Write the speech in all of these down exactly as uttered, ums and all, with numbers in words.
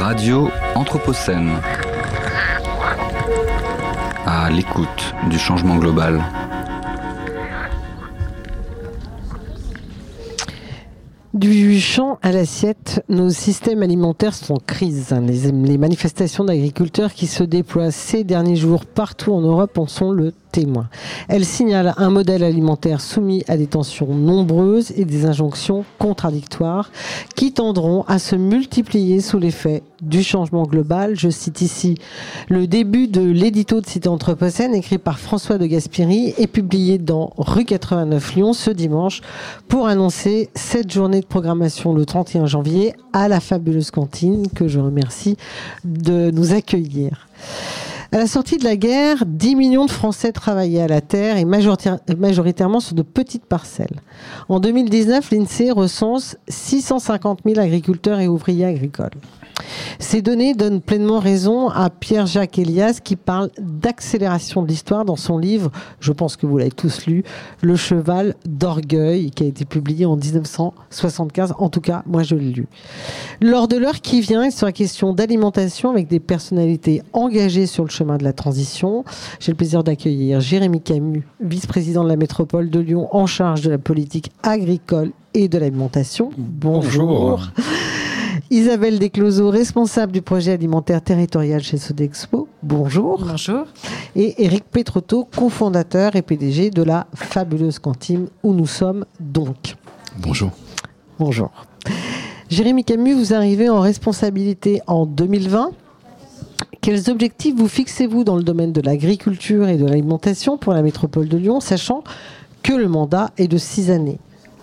Radio Anthropocène. À l'écoute du changement global. Du champ à l'assiette, nos systèmes alimentaires sont en crise. Les, les manifestations d'agriculteurs qui se déploient ces derniers jours partout en Europe en sont le témoin. Elles signalent un modèle alimentaire soumis à des tensions nombreuses et des injonctions contradictoires qui tendront à se multiplier sous l'effet du changement global. Je cite ici le début de l'édito de Cité Anthropocène écrit par François de Gasperi et publié dans Rue quatre-vingt-neuf Lyon ce dimanche pour annoncer cette journée de programmation le trente et un janvier à la fabuleuse cantine que je remercie de nous accueillir. À la sortie de la guerre, dix millions de Français travaillaient à la terre et majoritairement sur de petites parcelles. En deux mille dix-neuf, l'INSEE recense six cent cinquante mille agriculteurs et ouvriers agricoles. Ces données donnent pleinement raison à Pierre-Jacques Elias qui parle d'accélération de l'histoire dans son livre, je pense que vous l'avez tous lu, Le cheval d'orgueil, qui a été publié en dix-neuf cent soixante-quinze. En tout cas, moi je l'ai lu. Lors de l'heure qui vient, il sera question d'alimentation avec des personnalités engagées sur le chemin de la transition. J'ai le plaisir d'accueillir Jérémy Camus, vice-président de la métropole de Lyon en charge de la politique agricole et de l'alimentation. Bonjour. Bonjour. Isabelle Descloseaux, responsable du projet alimentaire territorial chez Sodexpo. Bonjour. Bonjour. Et Éric Pétrotto, cofondateur et P D G de la fabuleuse cantine où nous sommes donc. Bonjour. Bonjour. Jérémy Camus, vous arrivez en responsabilité en deux mille vingt. Quels objectifs vous fixez-vous dans le domaine de l'agriculture et de l'alimentation pour la métropole de Lyon, sachant que le mandat est de six années ?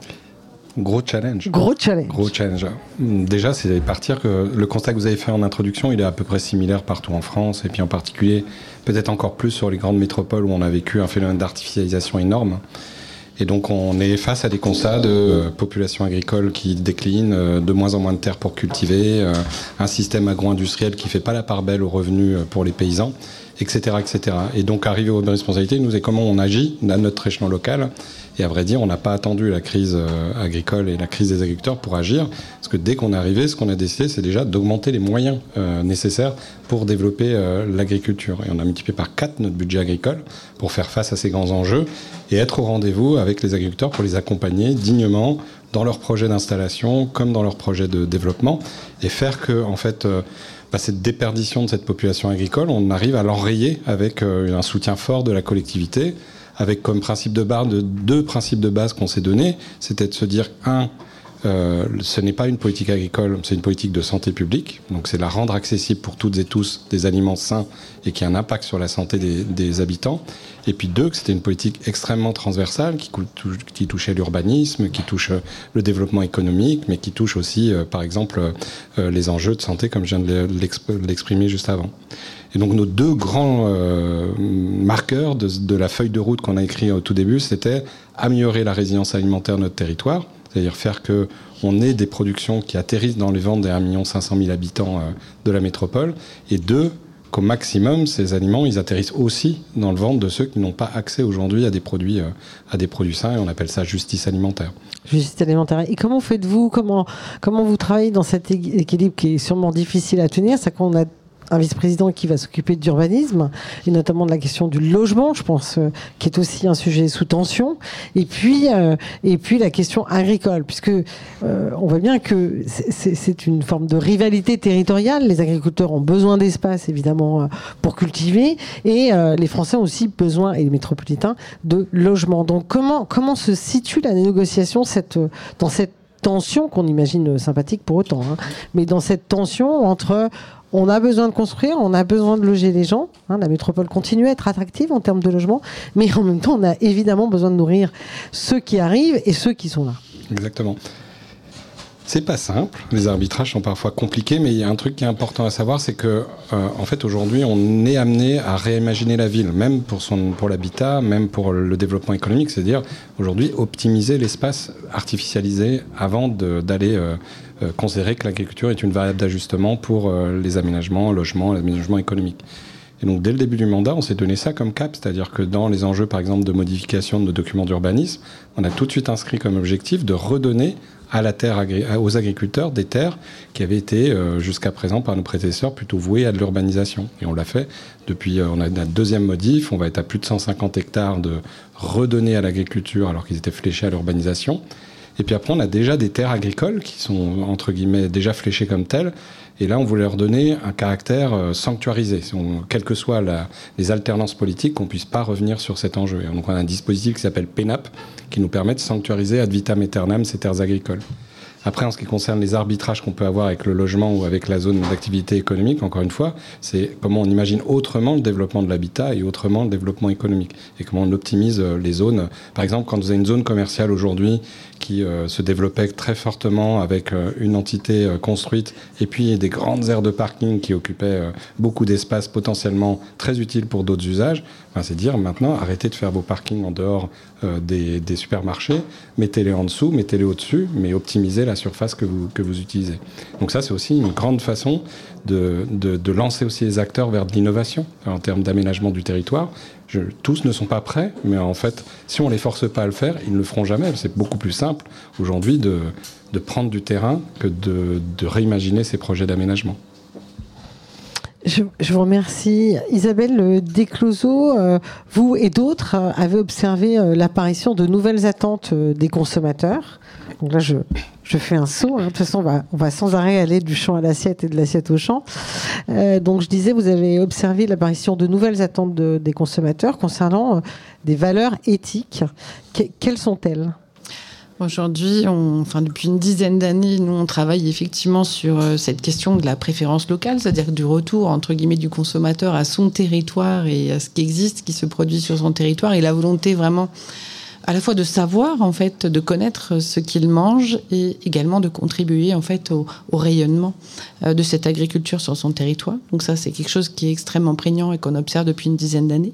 Gros challenge. Gros challenge. Gros challenge. Déjà, c'est partir que le constat que vous avez fait en introduction, il est à peu près similaire partout en France, et puis en particulier, peut-être encore plus sur les grandes métropoles où on a vécu un phénomène d'artificialisation énorme. Et donc, on est face à des constats de euh, population agricole qui décline, euh, de moins en moins de terres pour cultiver, euh, un système agro-industriel qui fait pas la part belle aux revenus pour les paysans, et cetera, et cetera. Et donc, arriver aux responsabilités, nous, est comment on agit à notre échelon local. Et à vrai dire, on n'a pas attendu la crise agricole et la crise des agriculteurs pour agir. Parce que dès qu'on est arrivé, ce qu'on a décidé, c'est déjà d'augmenter les moyens euh, nécessaires pour développer euh, l'agriculture. Et on a multiplié par quatre notre budget agricole pour faire face à ces grands enjeux et être au rendez-vous avec les agriculteurs pour les accompagner dignement dans leurs projets d'installation comme dans leurs projets de développement et faire que, en fait, euh, bah, cette déperdition de cette population agricole, on arrive à l'enrayer avec euh, un soutien fort de la collectivité, avec comme principe de base, de deux principes de base qu'on s'est donnés, c'était de se dire, un, euh, ce n'est pas une politique agricole, c'est une politique de santé publique, donc c'est de la rendre accessible pour toutes et tous des aliments sains et qui a un impact sur la santé des, des habitants, et puis deux, que c'était une politique extrêmement transversale qui, qui touchait l'urbanisme, qui touche le développement économique, mais qui touche aussi, euh, par exemple, euh, les enjeux de santé, comme je viens de l'exprimer juste avant. Et donc nos deux grands euh, marqueurs de, de la feuille de route qu'on a écrit au tout début, c'était améliorer la résilience alimentaire de notre territoire, c'est-à-dire faire qu'on ait des productions qui atterrissent dans les ventes des un million cinq cent mille habitants euh, de la métropole, et deux, qu'au maximum, ces aliments, ils atterrissent aussi dans le ventre de ceux qui n'ont pas accès aujourd'hui à des produits, euh, à des produits sains, et on appelle ça justice alimentaire. Justice alimentaire. Et comment faites-vous, comment, comment vous travaillez dans cet équilibre qui est sûrement difficile à tenir, c'est qu'on a un vice-président qui va s'occuper d'urbanisme et notamment de la question du logement, je pense, euh, qui est aussi un sujet sous tension. Et puis, euh, et puis la question agricole, puisque euh, on voit bien que c'est, c'est une forme de rivalité territoriale. Les agriculteurs ont besoin d'espace, évidemment, euh, pour cultiver, et euh, les Français ont aussi besoin, et les métropolitains, de logement. Donc, comment comment se situe la négociation cette, dans cette tension qu'on imagine sympathique pour autant, hein, mais dans cette tension entre on a besoin de construire, on a besoin de loger les gens. Hein, la métropole continue à être attractive en termes de logement, mais en même temps, on a évidemment besoin de nourrir ceux qui arrivent et ceux qui sont là. Exactement. C'est pas simple. Les arbitrages sont parfois compliqués, mais il y a un truc qui est important à savoir, c'est que, euh, en fait, aujourd'hui, on est amené à réimaginer la ville, même pour son, pour l'habitat, même pour le développement économique. C'est-à-dire, aujourd'hui, optimiser l'espace artificialisé avant de, d'aller euh, euh, considérer que l'agriculture est une variable d'ajustement pour euh, les aménagements, logements, l'aménagement économique. Et donc, dès le début du mandat, on s'est donné ça comme cap, c'est-à-dire que dans les enjeux, par exemple, de modification de nos documents d'urbanisme, on a tout de suite inscrit comme objectif de redonner à la terre, aux agriculteurs des terres qui avaient été euh, jusqu'à présent par nos prédécesseurs plutôt vouées à de l'urbanisation. Et on l'a fait depuis, euh, on a notre deuxième modif, on va être à plus de cent cinquante hectares de redonner à l'agriculture alors qu'ils étaient fléchés à l'urbanisation. Et puis après, on a déjà des terres agricoles qui sont, entre guillemets, déjà fléchées comme telles. Et là, on voulait leur donner un caractère euh, sanctuarisé. On, quelles que soient la, les alternances politiques, qu'on ne puisse pas revenir sur cet enjeu. Et donc, on a un dispositif qui s'appelle P N A P, qui nous permet de sanctuariser ad vitam aeternam ces terres agricoles. Après, en ce qui concerne les arbitrages qu'on peut avoir avec le logement ou avec la zone d'activité économique, encore une fois, c'est comment on imagine autrement le développement de l'habitat et autrement le développement économique. Et comment on optimise les zones. Par exemple, quand vous avez une zone commerciale aujourd'hui qui euh, se développait très fortement avec euh, une entité euh, construite et puis des grandes aires de parking qui occupaient euh, beaucoup d'espace potentiellement très utiles pour d'autres usages, ben, c'est dire maintenant arrêtez de faire vos parkings en dehors euh, des, des supermarchés, mettez-les en dessous, mettez-les au-dessus, mais optimisez la surface que vous, que vous utilisez. Donc ça, c'est aussi une grande façon de, de, de lancer aussi les acteurs vers de l'innovation en termes d'aménagement du territoire. Je, tous ne sont pas prêts, mais en fait, si on ne les force pas à le faire, ils ne le feront jamais. C'est beaucoup plus simple aujourd'hui de, de prendre du terrain que de, de réimaginer ces projets d'aménagement. Je, je vous remercie. Isabelle Descloseaux, euh, vous et d'autres euh, avez observé euh, l'apparition de nouvelles attentes euh, des consommateurs. Donc là, je, je fais un saut. Hein. De toute façon, on va, on va sans arrêt aller du champ à l'assiette et de l'assiette au champ. Euh, donc je disais, vous avez observé l'apparition de nouvelles attentes de, des consommateurs concernant euh, des valeurs éthiques. Que, quelles sont-elles ? Aujourd'hui, on, enfin, depuis une dizaine d'années, nous, on travaille effectivement sur euh, cette question de la préférence locale, c'est-à-dire du retour, entre guillemets, du consommateur à son territoire et à ce qui existe, qui se produit sur son territoire, et la volonté vraiment à la fois de savoir, en fait, de connaître ce qu'il mange et également de contribuer, en fait, au, au rayonnement euh, de cette agriculture sur son territoire. Donc ça, c'est quelque chose qui est extrêmement prégnant et qu'on observe depuis une dizaine d'années.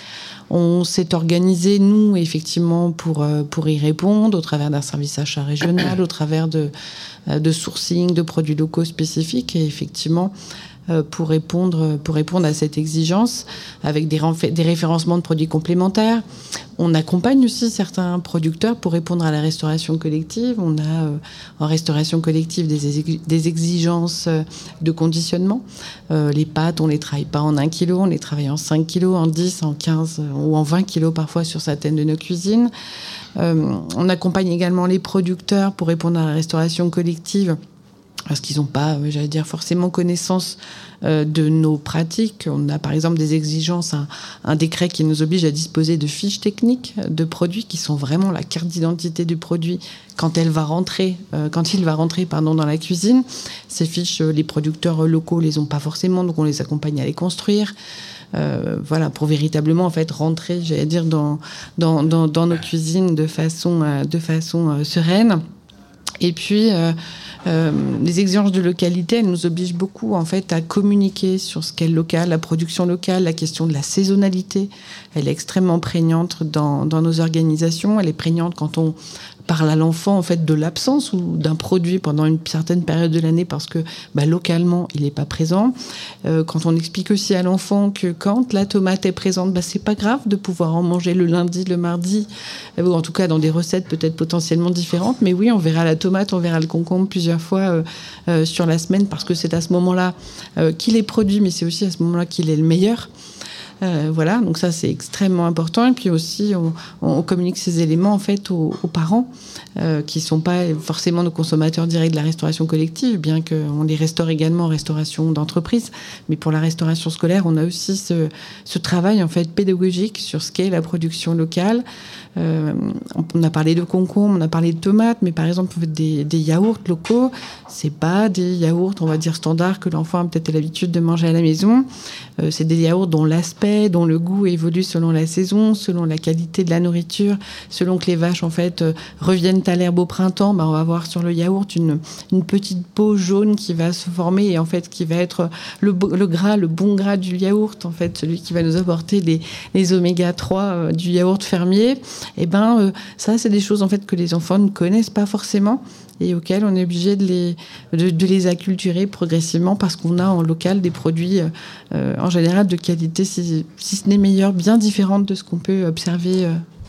On s'est organisé, nous, effectivement, pour, pour y répondre au travers d'un service achat régional, au travers de, de sourcing, de produits locaux spécifiques et effectivement pour répondre, pour répondre à cette exigence avec des, des référencements de produits complémentaires. On accompagne aussi certains producteurs pour répondre à la restauration collective. On a euh, en restauration collective des, des exigences de conditionnement. Euh, les pâtes, on ne les travaille pas en un kilo, on les travaille en cinq kilos, en dix, en quinze ou en vingt kilos parfois sur certaines de nos cuisines. Euh, on accompagne également les producteurs pour répondre à la restauration collective parce qu'ils n'ont pas, j'allais dire, forcément connaissance euh, de nos pratiques. On a par exemple des exigences, un, un décret qui nous oblige à disposer de fiches techniques de produits qui sont vraiment la carte d'identité du produit quand elle va rentrer, euh, quand il va rentrer, pardon, dans la cuisine. Ces fiches, les producteurs locaux les ont pas forcément, donc on les accompagne à les construire. Euh, voilà, pour véritablement en fait rentrer, j'allais dire, dans dans dans, dans nos cuisines de façon euh, de façon euh, sereine. Et puis euh, Euh, les exigences de localité, elles nous obligent beaucoup en fait à communiquer sur ce qu'est local, la production locale, la question de la saisonnalité. Elle est extrêmement prégnante dans, dans nos organisations. Elle est prégnante quand on parle à l'enfant en fait de l'absence ou d'un produit pendant une certaine période de l'année parce que bah, localement il n'est pas présent. Euh, quand on explique aussi à l'enfant que quand la tomate est présente, bah, c'est pas grave de pouvoir en manger le lundi, le mardi, euh, ou en tout cas dans des recettes peut-être potentiellement différentes. Mais oui, on verra la tomate, on verra le concombre plusieurs fois euh, euh, sur la semaine parce que c'est à ce moment-là euh, qu'il est produit, mais c'est aussi à ce moment-là qu'il est le meilleur. Euh, voilà, donc ça c'est extrêmement important. Et puis aussi, on, on communique ces éléments en fait aux, aux parents euh, qui sont pas forcément nos consommateurs directs de la restauration collective, bien qu'on les restaure également en restauration d'entreprise. Mais pour la restauration scolaire, on a aussi ce, ce travail en fait pédagogique sur ce qu'est la production locale. Euh, on a parlé de concombre, on a parlé de tomates, mais par exemple des, des yaourts locaux, c'est pas des yaourts, on va dire standards que l'enfant a peut-être l'habitude de manger à la maison. Euh, c'est des yaourts dont l'aspect, dont le goût évolue selon la saison, selon la qualité de la nourriture, selon que les vaches en fait euh, reviennent à l'herbe au printemps. Ben, on va avoir sur le yaourt une, une petite peau jaune qui va se former et en fait qui va être le, le gras, le bon gras du yaourt, en fait celui qui va nous apporter les, les oméga trois euh, du yaourt fermier. Et ben euh, ça c'est des choses en fait que les enfants ne connaissent pas forcément et auxquelles on est obligé de les de, de les acculturer progressivement parce qu'on a en local des produits euh, en général de qualité si, si ce n'est meilleure, bien différente de ce qu'on peut observer euh,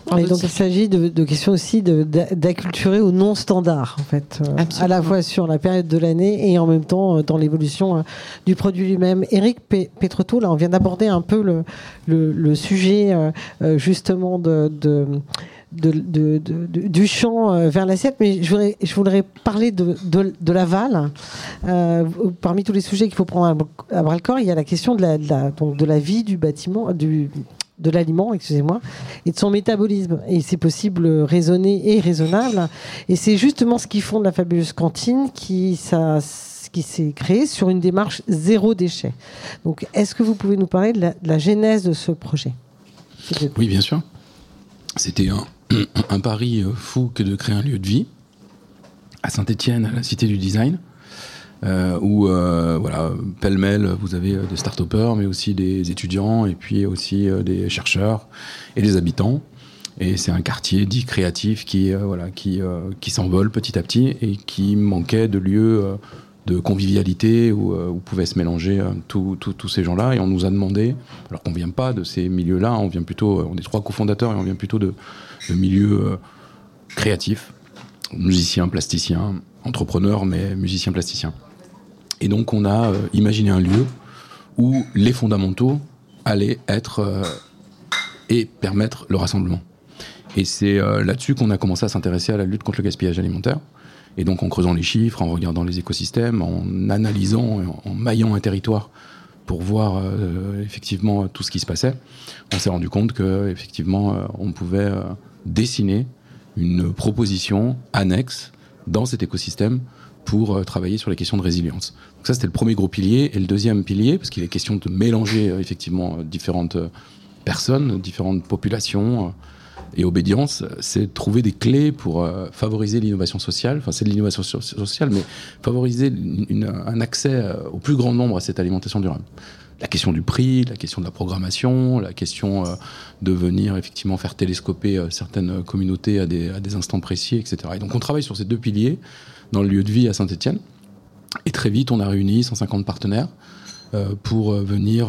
Et donc il s'agit de, de questions aussi de, d'acculturer au non standard, en fait, euh, à la fois sur la période de l'année et en même temps euh, dans l'évolution euh, du produit lui-même. Éric Pétretot, là on vient d'aborder un peu le, le, le sujet euh, justement de, de De, de, de, de, du champ euh, vers l'assiette, mais je voudrais, je voudrais parler de, de, de l'aval. Euh, parmi tous les sujets qu'il faut prendre à, à bras le corps, il y a la question de la, de la, donc de la vie du bâtiment, du, de l'aliment, excusez-moi, et de son métabolisme. Et c'est possible raisonné et raisonnable. Et c'est justement ce qui fonde la fabuleuse cantine qui, ça, qui s'est créée sur une démarche zéro déchet. Donc, est-ce que vous pouvez nous parler de la, de la genèse de ce projet ? Oui, bien sûr. C'était un, un pari fou que de créer un lieu de vie à Saint-Étienne, à la Cité du Design, euh, où, euh, voilà, pêle-mêle, vous avez des start-upers, mais aussi des étudiants, et puis aussi euh, des chercheurs et des habitants. Et c'est un quartier dit créatif qui, euh, voilà, qui, euh, qui s'envole petit à petit et qui manquait de lieux euh, de convivialité où, euh, où pouvaient se mélanger euh, tous ces gens-là. Et on nous a demandé, alors qu'on ne vient pas de ces milieux-là, on vient plutôt, on est trois cofondateurs et on vient plutôt de, de milieux euh, créatifs, musiciens, plasticiens, entrepreneurs, mais musiciens, plasticiens. Et donc on a euh, imaginé un lieu où les fondamentaux allaient être euh, et permettre le rassemblement. Et c'est euh, là-dessus qu'on a commencé à s'intéresser à la lutte contre le gaspillage alimentaire. Et donc en creusant les chiffres, en regardant les écosystèmes, en analysant, en, en maillant un territoire pour voir euh, effectivement tout ce qui se passait, on s'est rendu compte que effectivement euh, on pouvait euh, dessiner une proposition annexe dans cet écosystème pour euh, travailler sur les questions de résilience. Donc ça, c'était le premier gros pilier. Et le deuxième pilier, parce qu'il est question de mélanger euh, effectivement euh, différentes euh, personnes, différentes populations euh, et obédience, c'est de trouver des clés pour euh, favoriser l'innovation sociale. Enfin, c'est de l'innovation so- sociale, mais favoriser une, une, un accès euh, au plus grand nombre à cette alimentation durable. La question du prix, la question de la programmation, la question euh, de venir effectivement faire télescoper euh, certaines communautés à des, à des instants précis, et cetera. Et donc on travaille sur ces deux piliers dans le lieu de vie à Saint-Étienne. Et très vite, on a réuni cent cinquante partenaires euh, pour venir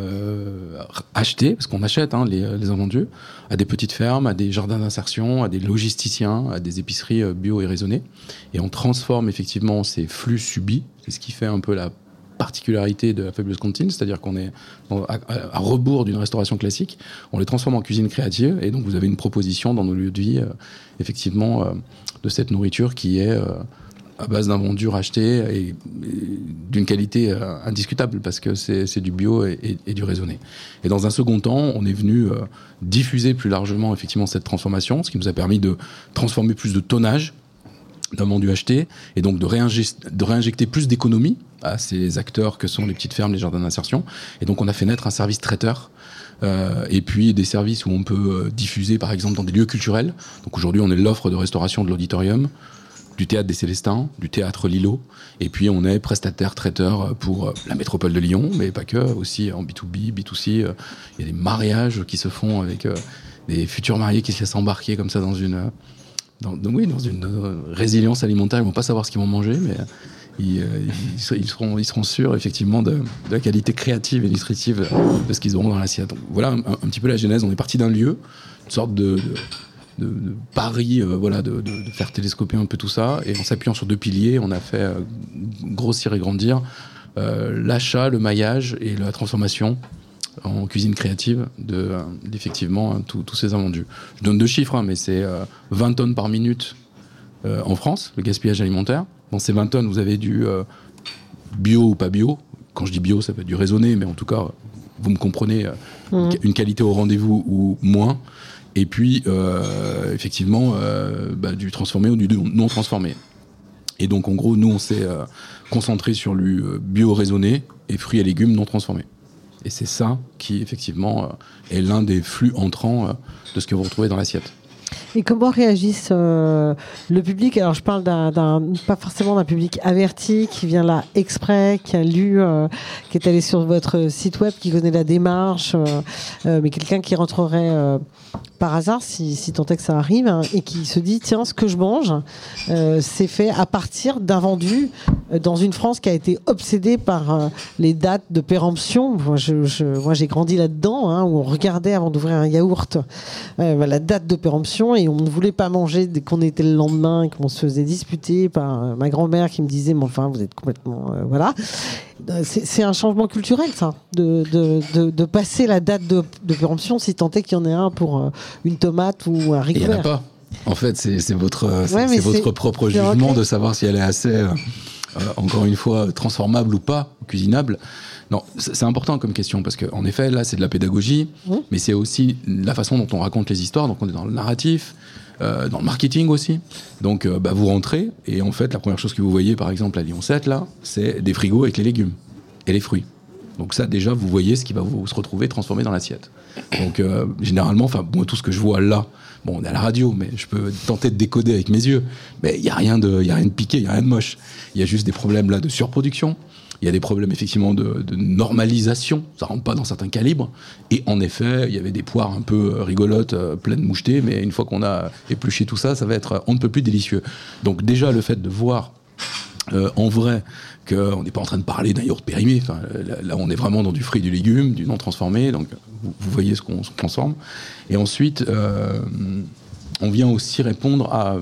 euh, acheter, parce qu'on achète hein, les, les invendus, à des petites fermes, à des jardins d'insertion, à des logisticiens, à des épiceries bio et raisonnées. Et on transforme effectivement ces flux subis. C'est ce qui fait un peu la particularité de la fabuleuse cantine, c'est-à-dire qu'on est à, à rebours d'une restauration classique, on les transforme en cuisine créative, et donc vous avez une proposition dans nos lieux de vie, euh, effectivement, euh, de cette nourriture qui est euh, à base d'invendus rachetés et, et d'une qualité euh, indiscutable, parce que c'est, c'est du bio et, et, et du raisonné. Et dans un second temps, on est venu euh, diffuser plus largement effectivement cette transformation, ce qui nous a permis de transformer plus de tonnage d'invendus achetés, et donc de, réinjecter, de réinjecter plus d'économie à ces acteurs que sont les petites fermes, les jardins d'insertion. Et donc on a fait naître un service traiteur, euh, et puis des services où on peut euh, diffuser par exemple dans des lieux culturels. Donc aujourd'hui on est l'offre de restauration de l'auditorium, du théâtre des Célestins, du théâtre Lilo, et puis on est prestataire traiteur pour la métropole de Lyon, mais pas que, aussi en B deux B, B deux C. Il y a des mariages qui se font avec des futurs mariés qui se laissent embarquer comme ça dans une... Dans, oui, dans une résilience alimentaire. Ils ne vont pas savoir ce qu'ils vont manger, mais ils, ils, ils, seront, ils seront sûrs effectivement de, de la qualité créative et nutritive de ce qu'ils auront dans l'assiette. Donc, voilà un, un petit peu la genèse. On est parti d'un lieu, une sorte de, de, de, de pari, euh, voilà, de, de, de faire télescoper un peu tout ça. Et en s'appuyant sur deux piliers, on a fait euh, grossir et grandir euh, l'achat, le maillage et la transformation en cuisine créative de, euh, d'effectivement tous ces invendus. Je donne deux chiffres, hein, mais c'est euh, vingt tonnes par minute euh, en France, le gaspillage alimentaire. Dans ces vingt tonnes, vous avez du euh, bio ou pas bio. Quand je dis bio, ça peut être du raisonné, mais en tout cas, vous me comprenez, euh, mmh. une qualité au rendez-vous ou moins. Et puis, euh, effectivement, euh, bah, du transformé ou du non transformé. Et donc, en gros, nous, on s'est euh, concentré sur le bio raisonné et fruits et légumes non transformés. Et c'est ça qui, effectivement, est l'un des flux entrants de ce que vous retrouvez dans l'assiette. Et comment réagissent euh, le public ? Alors, je parle d'un, d'un, pas forcément d'un public averti, qui vient là exprès, qui a lu, euh, qui est allé sur votre site web, qui connaît la démarche, euh, euh, mais quelqu'un qui rentrerait euh, par hasard, si, si tant est que ça arrive, hein, et qui se dit, tiens, ce que je mange, euh, c'est fait à partir d'invendus dans une France qui a été obsédée par euh, les dates de péremption. Moi, je, je, moi, j'ai grandi là-dedans, hein, où on regardait avant d'ouvrir un yaourt euh, la date de péremption et on ne voulait pas manger dès qu'on était le lendemain et qu'on se faisait disputer par euh, ma grand-mère qui me disait, mais enfin, vous êtes complètement... Euh, voilà. C'est, c'est un changement culturel, ça, de, de, de, de passer la date de, de péremption, si tant est qu'il y en ait un pour euh, une tomate ou un riz Il n'y en a vert. pas. En fait, c'est, c'est votre, c'est, Ouais, c'est votre c'est, propre c'est jugement okay. de savoir si elle est assez, euh, euh, encore une fois, transformable ou pas, cuisinable. Non, c'est, c'est important comme question, parce qu'en effet, là, c'est de la pédagogie, mmh. mais c'est aussi la façon dont on raconte les histoires. Donc, on est dans le narratif, euh, dans le marketing aussi. Donc, euh, bah, vous rentrez, et en fait, la première chose que vous voyez, par exemple, à Lyon sept, là, c'est des frigos avec les légumes et les fruits. Donc ça, déjà, vous voyez ce qui va vous se retrouver transformé dans l'assiette. Donc, euh, généralement, enfin, moi, tout ce que je vois là, bon, on est à la radio, mais je peux tenter de décoder avec mes yeux. Mais il n'y a rien de, il y a rien de piqué, il n'y a rien de moche. Il y a juste des problèmes là de surproduction. Il y a des problèmes effectivement de, de normalisation. Ça rentre pas dans certains calibres. Et en effet, il y avait des poires un peu rigolotes, euh, pleines de mouchetés. Mais une fois qu'on a épluché tout ça, ça va être on ne peut plus délicieux. Donc déjà, le fait de voir euh, en vrai qu'on n'est pas en train de parler d'un yaourt périmé. Enfin, là, là, on est vraiment dans du fruit et du légume, du non transformé. Donc, vous, vous voyez ce qu'on, ce qu'on transforme. Et ensuite, euh, on vient aussi répondre à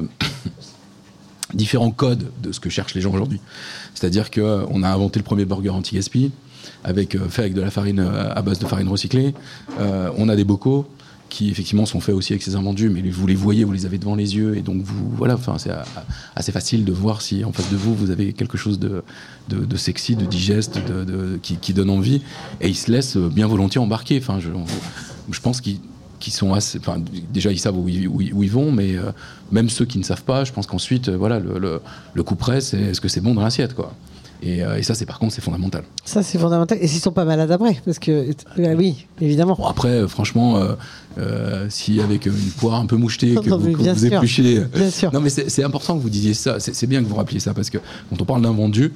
différents codes de ce que cherchent les gens aujourd'hui. C'est-à-dire qu'on a inventé le premier burger anti-gaspi, avec, fait avec de la farine à base de farine recyclée. Euh, on a des bocaux qui effectivement sont faits aussi avec ces invendus, mais vous les voyez, vous les avez devant les yeux, et donc vous, voilà, enfin, c'est assez facile de voir si en face de vous, vous avez quelque chose de, de, de sexy, de digeste, de, de, qui, qui donne envie, et ils se laissent bien volontiers embarquer. Enfin, je, je pense qu'ils, qu'ils sont assez, enfin, déjà ils savent où ils, où, où ils vont, mais euh, même ceux qui ne savent pas, je pense qu'ensuite, euh, voilà, le, le, le coup près, c'est est-ce que c'est bon dans l'assiette, quoi. Et, euh, et ça, c'est par contre, c'est fondamental. Ça, c'est fondamental. Et s'ils sont pas malades après, parce que euh, oui, évidemment. Bon, après, euh, franchement, euh, euh, si avec une poire un peu mouchetée, que non, vous, que bien vous sûr. épluchez. Bien sûr. Non, mais c'est, c'est important que vous disiez ça. C'est, c'est bien que vous rappeliez ça, parce que quand on parle d'invendu,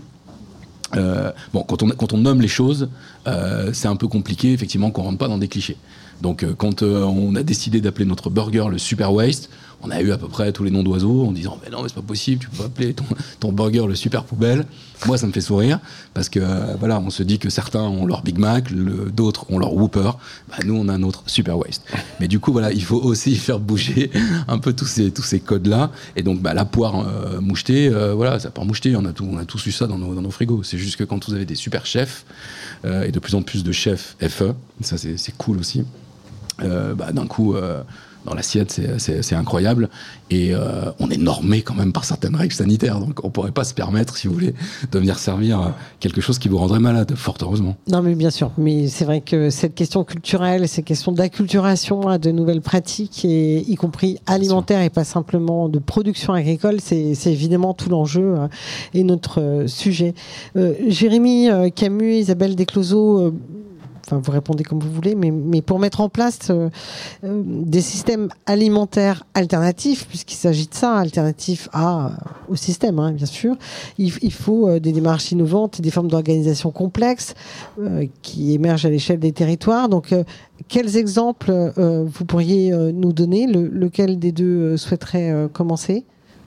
euh, bon, quand on, quand on nomme les choses, euh, c'est un peu compliqué, effectivement, qu'on rentre pas dans des clichés. Donc, euh, quand euh, on a décidé d'appeler notre burger le Super Waste, on a eu à peu près tous les noms d'oiseaux en disant mais non, mais c'est pas possible, tu peux pas appeler ton, ton burger le Super Poubelle. Moi, ça me fait sourire parce que euh, voilà, on se dit que certains ont leur Big Mac, le, d'autres ont leur Whopper. Bah, nous, on a notre Super Waste. Mais du coup, voilà, il faut aussi faire bouger un peu tous ces tous ces codes-là. Et donc, bah, la poire euh, mouchetée, euh, voilà, ça part moucheter. On a tout, on a tous eu ça dans nos dans nos frigos. C'est juste que quand vous avez des super chefs euh, et de plus en plus de chefs F E, ça c'est c'est cool aussi. Euh, bah, d'un coup. Euh, Dans l'assiette, c'est, c'est, c'est incroyable. Et euh, on est normé quand même par certaines règles sanitaires. Donc on ne pourrait pas se permettre, si vous voulez, de venir servir quelque chose qui vous rendrait malade, fort heureusement. Non, mais bien sûr. Mais c'est vrai que cette question culturelle, ces questions d'acculturation à de nouvelles pratiques, et y compris alimentaires et pas simplement de production agricole, c'est, c'est évidemment tout l'enjeu euh, et notre euh, sujet. Euh, Jérémy euh, Camus, Isabelle Descloseaux, euh, Enfin, vous répondez comme vous voulez, mais, mais pour mettre en place euh, euh, des systèmes alimentaires alternatifs, puisqu'il s'agit de ça, alternatifs à, au système, hein, bien sûr, il, il faut euh, des démarches innovantes et des formes d'organisation complexes euh, qui émergent à l'échelle des territoires. Donc, euh, quels exemples euh, vous pourriez euh, nous donner? Le, lequel des deux euh, souhaiterait euh, commencer?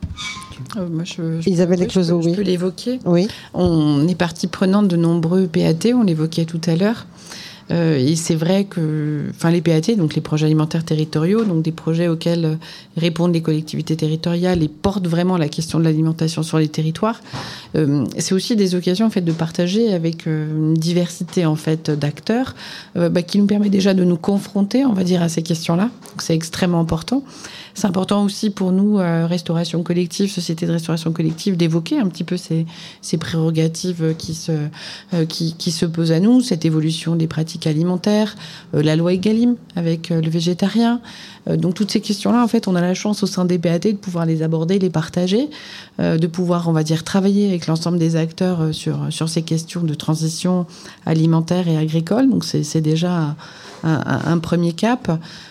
Euh, moi, je, je Isabelle peux, Descloseaux, je peux, oui. je peux l'évoquer. Oui. On est partie prenante de nombreux P A T, on l'évoquait tout à l'heure. Euh, et c'est vrai que, enfin, les P A T, donc les projets alimentaires territoriaux, donc des projets auxquels répondent les collectivités territoriales et portent vraiment la question de l'alimentation sur les territoires. Euh, c'est aussi des occasions en fait de partager avec euh, une diversité en fait d'acteurs, euh, bah, qui nous permet déjà de nous confronter, on va dire, à ces questions-là. Donc c'est extrêmement important. C'est important aussi pour nous, euh, restauration collective, société de restauration collective, d'évoquer un petit peu ces, ces prérogatives qui se, euh, qui, qui se posent à nous, cette évolution des pratiques alimentaires, euh, la loi Egalim avec euh, le végétarien. Euh, donc toutes ces questions-là, en fait, on a la chance au sein des P A T de pouvoir les aborder, les partager, euh, de pouvoir, on va dire, travailler avec l'ensemble des acteurs euh, sur, sur ces questions de transition alimentaire et agricole. Donc c'est, c'est déjà un, un, un premier cap.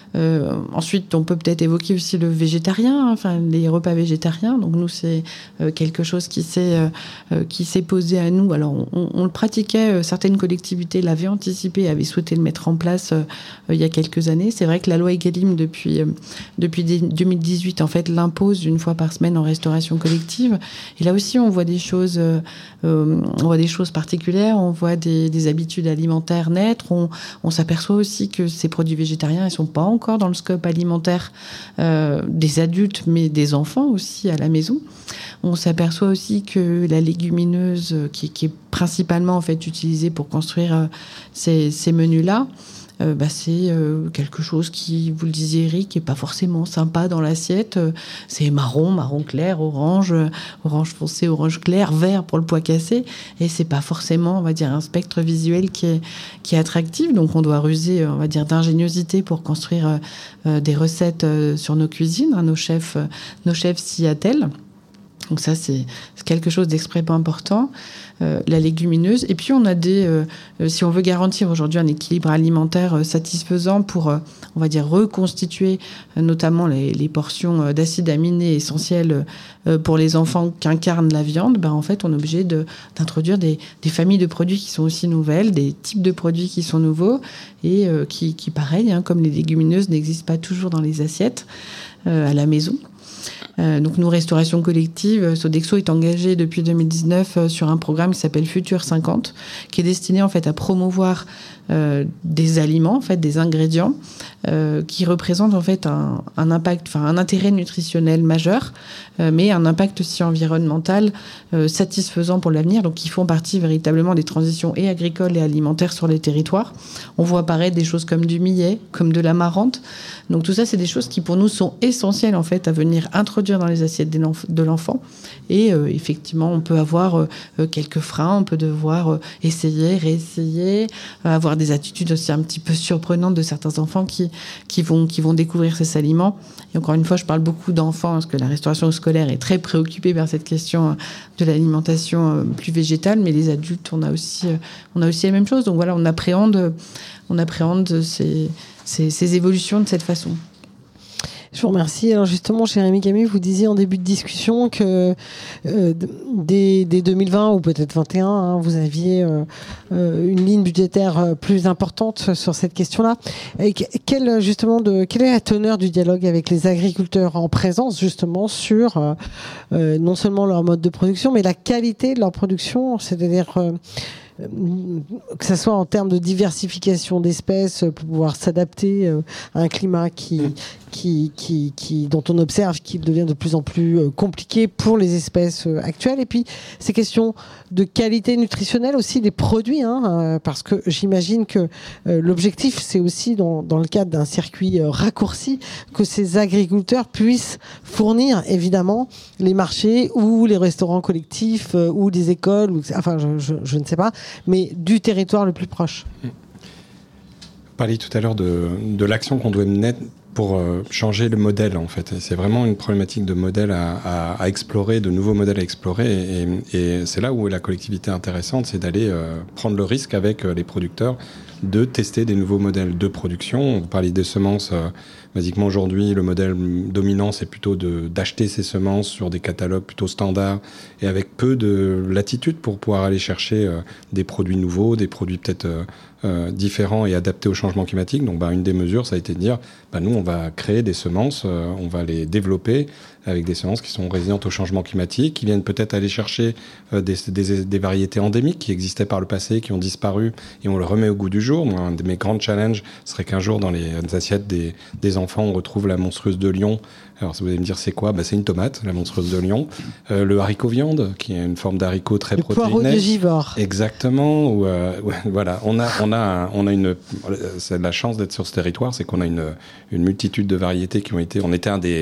Euh, ensuite, on peut peut-être évoquer aussi le végétarien, hein, enfin les repas végétariens. Donc nous, c'est euh, quelque chose qui s'est euh, qui s'est posé à nous. Alors on, on le pratiquait, euh, certaines collectivités l'avaient anticipé, avaient souhaité le mettre en place euh, euh, il y a quelques années. C'est vrai que la loi Egalim depuis euh, depuis deux mille dix-huit en fait l'impose une fois par semaine en restauration collective. Et là aussi, on voit des choses, euh, euh, on voit des choses particulières, on voit des, des habitudes alimentaires naître. On, on s'aperçoit aussi que ces produits végétariens, ils sont pas encore dans le scope alimentaire euh, des adultes, mais des enfants aussi à la maison. On s'aperçoit aussi que la légumineuse, qui, qui est principalement en fait utilisée pour construire euh, ces, ces menus-là, euh, bah, c'est euh, quelque chose qui, vous le disiez Eric, est pas forcément sympa dans l'assiette. Euh, c'est marron, marron clair, orange, euh, orange foncé, orange clair, vert pour le pois cassé, et c'est pas forcément, on va dire, un spectre visuel qui est qui est attractif. Donc on doit ruser, on va dire, d'ingéniosité pour construire euh, des recettes euh, sur nos cuisines. Hein, nos chefs, euh, nos chefs s'y attellent. Donc ça, c'est quelque chose d'extrêmement important, euh, la légumineuse. Et puis, on a des... Euh, si on veut garantir aujourd'hui un équilibre alimentaire euh, satisfaisant pour, euh, on va dire, reconstituer euh, notamment les, les portions euh, d'acides aminés essentiels euh, pour les enfants qu'incarne la viande, ben, en fait, on est obligé de, d'introduire des, des familles de produits qui sont aussi nouvelles, des types de produits qui sont nouveaux et euh, qui, qui, pareil, hein, comme les légumineuses, n'existent pas toujours dans les assiettes euh, à la maison. Euh, donc, nous, Restauration Collective, Sodexo est engagé depuis deux mille dix-neuf euh, sur un programme qui s'appelle Futur cinquante, qui est destiné en fait à promouvoir euh, des aliments, en fait, des ingrédients euh, qui représentent en fait un, un impact, enfin un intérêt nutritionnel majeur, euh, mais un impact aussi environnemental euh, satisfaisant pour l'avenir. Donc, qui font partie véritablement des transitions et agricoles et alimentaires sur les territoires. On voit apparaître des choses comme du millet, comme de l'amarante. Donc, tout ça, c'est des choses qui pour nous sont essentielles en fait à venir introduire dans les assiettes de l'enfant. Et euh, effectivement, on peut avoir euh, quelques freins, on peut devoir euh, essayer, réessayer, euh, avoir des attitudes aussi un petit peu surprenantes de certains enfants qui, qui, vont, qui vont découvrir ces aliments. Et encore une fois, je parle beaucoup d'enfants parce que la restauration scolaire est très préoccupée par cette question de l'alimentation plus végétale, mais les adultes, on a aussi, on a aussi la même chose. Donc voilà, on appréhende, on appréhende ces, ces, ces évolutions de cette façon. Je vous remercie. Alors justement, Jérémy Camus, vous disiez en début de discussion que euh, dès, dès deux mille vingt ou peut-être vingt et un, hein, vous aviez euh, euh, une ligne budgétaire plus importante sur cette question-là. Et quelle, justement, de, quelle est la teneur du dialogue avec les agriculteurs en présence justement sur euh, non seulement leur mode de production, mais la qualité de leur production, c'est-à-dire euh, que ce soit en termes de diversification d'espèces pour pouvoir s'adapter à un climat qui, qui, qui, qui, dont on observe qu'il devient de plus en plus compliqué pour les espèces actuelles. Et puis, ces questions de qualité nutritionnelle aussi des produits, hein, parce que j'imagine que l'objectif, c'est aussi, dans, dans le cadre d'un circuit raccourci, que ces agriculteurs puissent fournir, évidemment, les marchés ou les restaurants collectifs ou les écoles, ou, enfin, je, je, je ne sais pas, mais du territoire le plus proche. Vous parliez tout à l'heure de, de l'action qu'on doit mener pour euh, changer le modèle, en fait. Et c'est vraiment une problématique de modèle à, à, à explorer, de nouveaux modèles à explorer. Et, et c'est là où la collectivité est intéressante, c'est d'aller euh, prendre le risque avec euh, les producteurs de tester des nouveaux modèles de production. Vous parliez des semences. Euh, basiquement, aujourd'hui, le modèle dominant, c'est plutôt de, d'acheter ces semences sur des catalogues plutôt standards et avec peu de latitude pour pouvoir aller chercher euh, des produits nouveaux, des produits peut-être euh, euh, différents et adaptés au changement climatique. Donc, bah, une des mesures, ça a été de dire, bah, nous, on va créer des semences, euh, on va les développer avec des semences qui sont résilientes au changement climatique, qui viennent peut-être aller chercher euh, des, des, des variétés endémiques qui existaient par le passé, qui ont disparu, et on le remet au goût du jour. Moi, un de mes grands challenges serait qu'un jour, dans les assiettes des, des enfants, on retrouve la monstrueuse de Lyon. Alors, si vous allez me dire c'est quoi, bah, c'est une tomate, la monstrueuse de Lyon. Euh, le haricot viande, qui est une forme d'haricot très le protéiné. Le poireau de Givors. Exactement. Ou, euh, ouais, voilà, on a, on a, un, on a une. C'est la chance d'être sur ce territoire, c'est qu'on a une, une multitude de variétés qui ont été. On était un des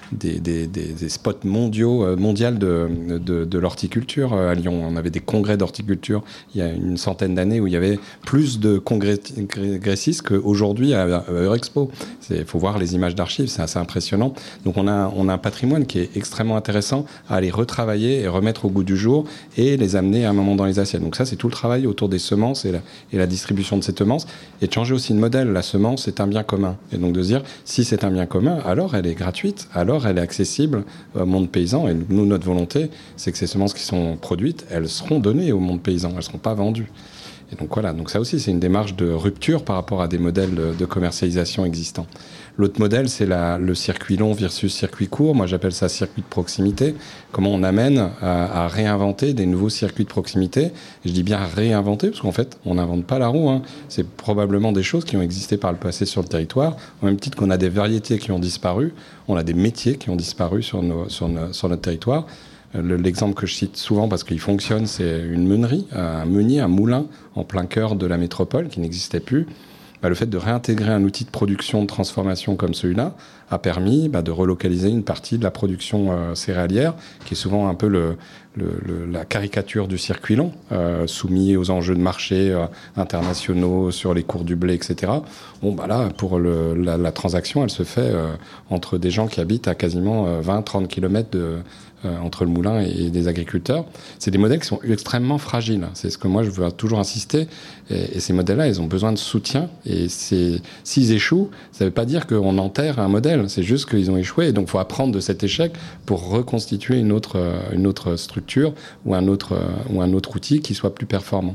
des, des, des, des spots mondiaux, euh, mondiales de, de, de l'horticulture. À Lyon, on avait des congrès d'horticulture il y a une centaine d'années où il y avait plus de congressistes qu'aujourd'hui à, à Eurexpo. Il faut voir les images d'archives, c'est assez impressionnant. Donc on a, on a un patrimoine qui est extrêmement intéressant à aller retravailler et remettre au goût du jour et les amener à un moment dans les assiettes. Donc ça, c'est tout le travail autour des semences et la, et la distribution de ces semences, et de changer aussi de modèle. La semence est un bien commun. Et donc de se dire, si c'est un bien commun, alors elle est gratuite, alors elle est accessible au monde paysan. Et nous, notre volonté, c'est que ces semences qui sont produites, elles seront données au monde paysan, elles ne seront pas vendues. Et donc voilà, donc ça aussi, c'est une démarche de rupture par rapport à des modèles de, de commercialisation existants. L'autre modèle, c'est la, le circuit long versus circuit court. Moi, j'appelle ça circuit de proximité. Comment on amène à, à réinventer des nouveaux circuits de proximité. Et je dis bien réinventer, parce qu'en fait, on n'invente pas la roue. Hein. C'est probablement des choses qui ont existé par le passé sur le territoire. Au même titre qu'on a des variétés qui ont disparu, on a des métiers qui ont disparu sur, nos, sur, nos, sur notre territoire. L'exemple que je cite souvent, parce qu'il fonctionne, c'est une meunerie, un meunier, un moulin en plein cœur de la métropole qui n'existait plus. Bah, le fait de réintégrer un outil de production, de transformation comme celui-là a permis bah, de relocaliser une partie de la production euh, céréalière, qui est souvent un peu le, le, le, la caricature du circuit long, euh, soumis aux enjeux de marché euh, internationaux, sur les cours du blé, et cetera. Bon, bah là, pour le, la, la transaction, elle se fait euh, entre des gens qui habitent à quasiment euh, vingt à trente kilomètres de... Euh, entre le moulin et des agriculteurs. C'est des modèles qui sont extrêmement fragiles. C'est ce que moi, je veux toujours insister. Et, et ces modèles-là, ils ont besoin de soutien. Et c'est, s'ils échouent, ça ne veut pas dire qu'on enterre un modèle. C'est juste qu'ils ont échoué. Et donc, il faut apprendre de cet échec pour reconstituer une autre, une autre structure ou un autre, ou un autre outil qui soit plus performant.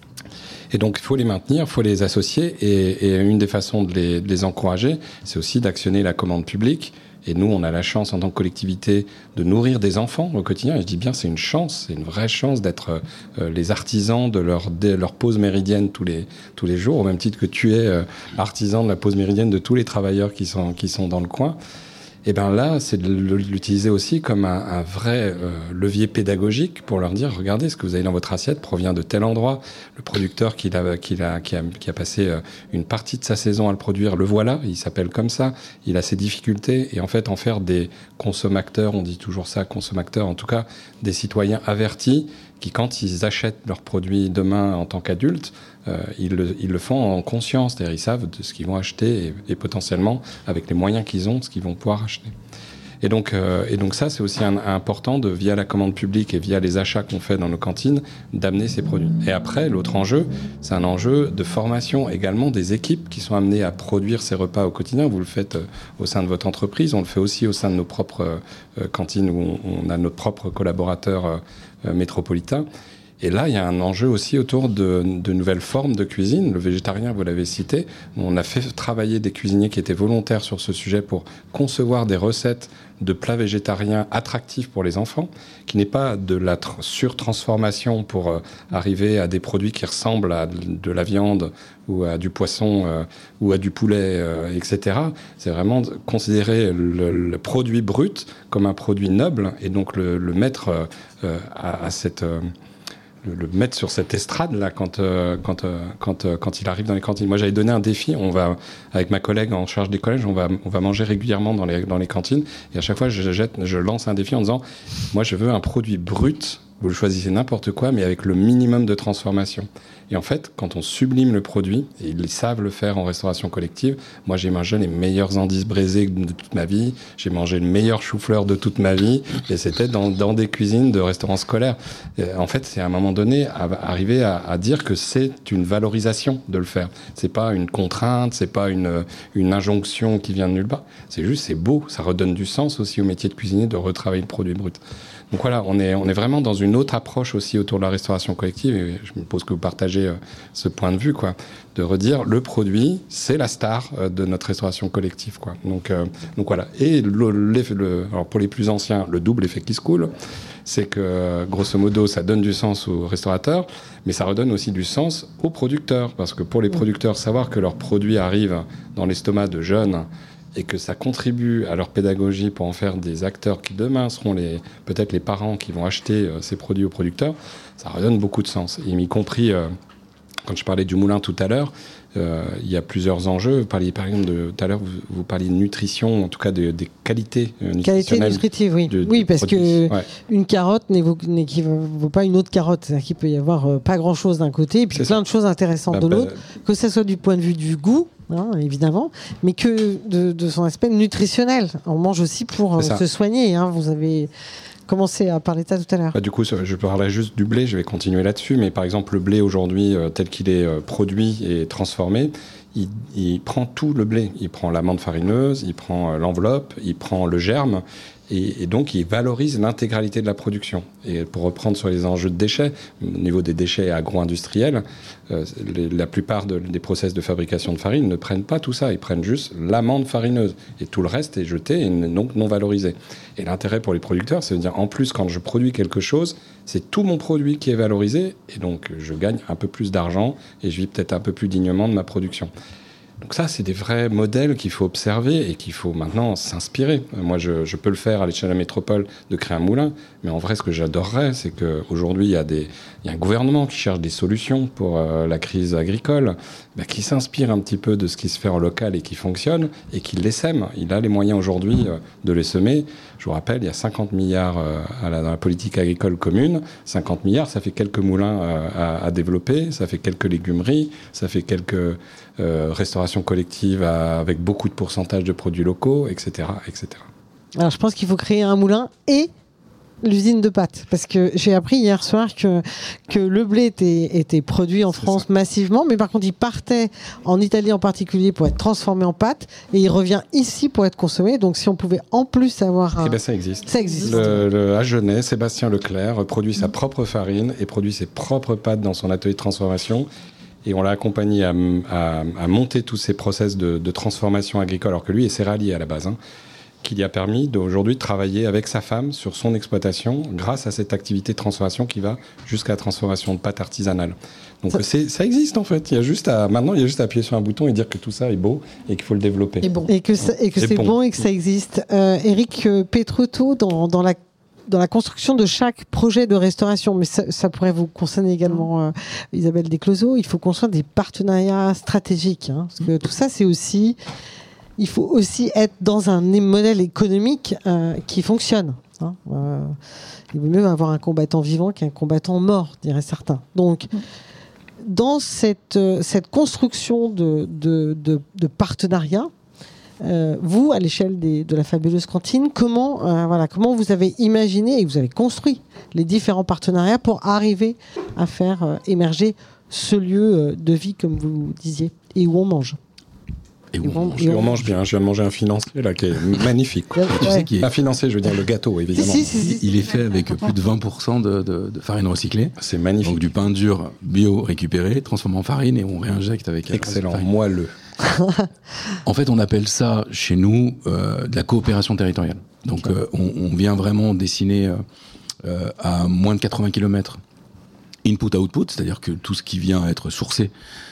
Et donc, il faut les maintenir, il faut les associer. Et, et une des façons de les, de les encourager, c'est aussi d'actionner la commande publique. Et nous, on a la chance, en tant que collectivité, de nourrir des enfants au quotidien. Et je dis bien, c'est une chance, c'est une vraie chance d'être euh, les artisans de leur, de leur pause méridienne tous les, tous les jours, au même titre que tu es euh, artisan de la pause méridienne de tous les travailleurs qui sont, qui sont dans le coin. Et bien là, c'est de l'utiliser aussi comme un, un vrai euh, levier pédagogique pour leur dire, regardez, ce que vous avez dans votre assiette provient de tel endroit. Le producteur qui a, qui a, qui a, qui a passé euh, une partie de sa saison à le produire, le voilà, il s'appelle comme ça, il a ses difficultés. Et en fait, en faire des consommateurs, on dit toujours ça, consommateurs, en tout cas des citoyens avertis, qui, quand ils achètent leurs produits demain en tant qu'adultes, euh, ils, le, ils le font en conscience. C'est-à-dire, ils savent de ce qu'ils vont acheter et, et potentiellement, avec les moyens qu'ils ont, ce qu'ils vont pouvoir acheter. Et donc, euh, et donc ça, c'est aussi un, un important, de, via la commande publique et via les achats qu'on fait dans nos cantines, d'amener ces produits. Et après, l'autre enjeu, c'est un enjeu de formation également des équipes qui sont amenées à produire ces repas au quotidien. Vous le faites euh, au sein de votre entreprise, on le fait aussi au sein de nos propres euh, cantines où on, on a nos propres collaborateurs euh, euh, métropolitains. Et là, il y a un enjeu aussi autour de, de nouvelles formes de cuisine. Le végétarien, vous l'avez cité. On a fait travailler des cuisiniers qui étaient volontaires sur ce sujet pour concevoir des recettes de plats végétariens attractifs pour les enfants, qui n'est pas de la tr- surtransformation pour euh, arriver à des produits qui ressemblent à de, de la viande ou à du poisson euh, ou à du poulet, euh, et cetera. C'est vraiment considérer le, le produit brut comme un produit noble et donc le, le mettre euh, à, à cette... Euh, le mettre sur cette estrade là quand euh, quand euh, quand euh, quand il arrive dans les cantines. Moi, j'avais donné un défi. On va avec ma collègue en charge des collèges, on va on va manger régulièrement dans les dans les cantines et à chaque fois je jette je lance un défi en disant moi je veux un produit brut. Vous le choisissez n'importe quoi, mais avec le minimum de transformation. Et en fait, quand on sublime le produit, et ils savent le faire en restauration collective, moi j'ai mangé les meilleurs andis braisés de toute ma vie, j'ai mangé le meilleur chou-fleur de toute ma vie, et c'était dans, dans des cuisines de restaurants scolaires. Et en fait, c'est à un moment donné à, arriver à, à dire que c'est une valorisation de le faire. C'est pas une contrainte, c'est pas une, une injonction qui vient de nulle part. C'est juste, c'est beau, ça redonne du sens aussi au métier de cuisinier de retravailler le produit brut. Donc voilà, on est, on est vraiment dans une autre approche aussi autour de la restauration collective, et je me pose que vous partagez euh, ce point de vue, quoi, de redire le produit, c'est la star euh, de notre restauration collective, quoi. Donc, euh, donc voilà. Et le, le, le, alors pour les plus anciens, le double effet qui se coule, c'est que grosso modo, ça donne du sens aux restaurateurs, mais ça redonne aussi du sens aux producteurs, parce que pour les producteurs, savoir que leurs produits arrivent dans l'estomac de jeunes et que ça contribue à leur pédagogie pour en faire des acteurs qui demain seront les, peut-être les parents qui vont acheter euh, ces produits aux producteurs, ça redonne beaucoup de sens. Et y compris, euh, quand je parlais du moulin tout à l'heure, euh, il y a plusieurs enjeux. Vous parliez par exemple de, tout à l'heure, vous, vous parliez de nutrition, en tout cas de, des qualités euh, nutritionnelles. Qualité nutritive, oui. De, oui, de parce produits. que Ouais. une carotte n'équivaut pas à une autre carotte. C'est-à-dire qu'il peut y avoir euh, pas grand-chose d'un côté et puis C'est plein ça. de choses intéressantes Bah, de bah, l'autre, que ce soit du point de vue du goût, hein, évidemment, mais que de, de son aspect nutritionnel. On mange aussi pour euh, C'est ça. se soigner. Hein. Vous avez commencé à parler de ça tout à l'heure. Bah, du coup, je parlerai juste du blé, je vais continuer là-dessus, mais par exemple, le blé aujourd'hui, euh, tel qu'il est euh, produit et transformé, il, il prend tout le blé. Il prend l'amande farineuse, il prend euh, l'enveloppe, il prend le germe, et, et donc il valorise l'intégralité de la production. Et pour reprendre sur les enjeux de déchets, au niveau des déchets agro-industriels, euh, les, la plupart de, des process de fabrication de farine ne prennent pas tout ça, ils prennent juste l'amande farineuse, et tout le reste est jeté et donc non valorisé. Et l'intérêt pour les producteurs, c'est de dire, en plus, quand je produis quelque chose, c'est tout mon produit qui est valorisé, et donc je gagne un peu plus d'argent, et je vis peut-être un peu plus dignement de ma production. Donc ça, c'est des vrais modèles qu'il faut observer et qu'il faut maintenant s'inspirer. Moi, je, je peux le faire à l'échelle de la métropole, de créer un moulin, mais en vrai, ce que j'adorerais, c'est qu'aujourd'hui, il y a des, il y a un gouvernement qui cherche des solutions pour euh, la crise agricole, bah, qui s'inspire un petit peu de ce qui se fait en local et qui fonctionne, et qui les sème. Il a les moyens aujourd'hui euh, de les semer. Je vous rappelle, il y a cinquante milliards euh, à la, dans la politique agricole commune. cinquante milliards, ça fait quelques moulins euh, à, à développer, ça fait quelques légumeries, ça fait quelques euh, restaurations collectives à, avec beaucoup de pourcentage de produits locaux, et cetera, et cetera. Alors, je pense qu'il faut créer un moulin et l'usine de pâtes. Parce que j'ai appris hier soir que, que le blé était, était produit en C'est France ça. massivement, mais par contre, il partait en Italie en particulier pour être transformé en pâtes et il revient ici pour être consommé. Donc, si on pouvait en plus avoir un... Eh bien, ça existe. Ça existe. Le, le, à Genève, Sébastien Leclerc produit sa propre farine et produit ses propres pâtes dans son atelier de transformation. Et on l'a accompagné à, à, à monter tous ces process de, de transformation agricole, alors que lui est céréalier à la base, hein, qui lui a permis d'aujourd'hui de travailler avec sa femme sur son exploitation grâce à cette activité de transformation qui va jusqu'à la transformation de pâtes artisanales. Donc Ça- c'est, ça existe en fait. Il y a juste à, maintenant, il y a juste à appuyer sur un bouton et dire que tout ça est beau et qu'il faut le développer. Et bon. Et que, ça- et que C'est c'est bon. bon et que ça existe. Euh, Éric euh, Pétretot, dans, dans la dans la construction de chaque projet de restauration, mais ça, ça pourrait vous concerner également, euh, Isabelle Descloseaux, il faut construire des partenariats stratégiques. Hein, parce que tout ça, c'est aussi... Il faut aussi être dans un modèle économique euh, qui fonctionne. Hein. Euh, il vaut mieux avoir un combattant vivant qu'un combattant mort, diraient certains. Donc, dans cette, euh, cette construction de, de, de, de partenariats, Euh, vous, à l'échelle des- de la fabuleuse cantine, comment, euh, voilà, comment vous avez imaginé et vous avez construit les différents partenariats pour arriver à faire euh, émerger ce lieu euh, de vie, comme vous disiez, et où on mange. Et où Et on on- mange. Et on mange bien. Je viens de manger un financier là qui est magnifique. quoi. Tu sais qu'il est- Un financier, je veux dire le gâteau, évidemment. Si, si, si, si. il est fait avec plus de vingt pour cent de, de- de farine recyclée. C'est magnifique. Donc du pain dur bio récupéré, transformé en farine et on réinjecte avec... Excellent, farine. moelleux. En fait, on appelle ça chez nous euh, de la coopération territoriale. Donc euh, on, on vient vraiment dessiner euh, euh, à moins de quatre-vingts kilomètres input-output, c'est-à-dire que tout ce qui vient être sourcé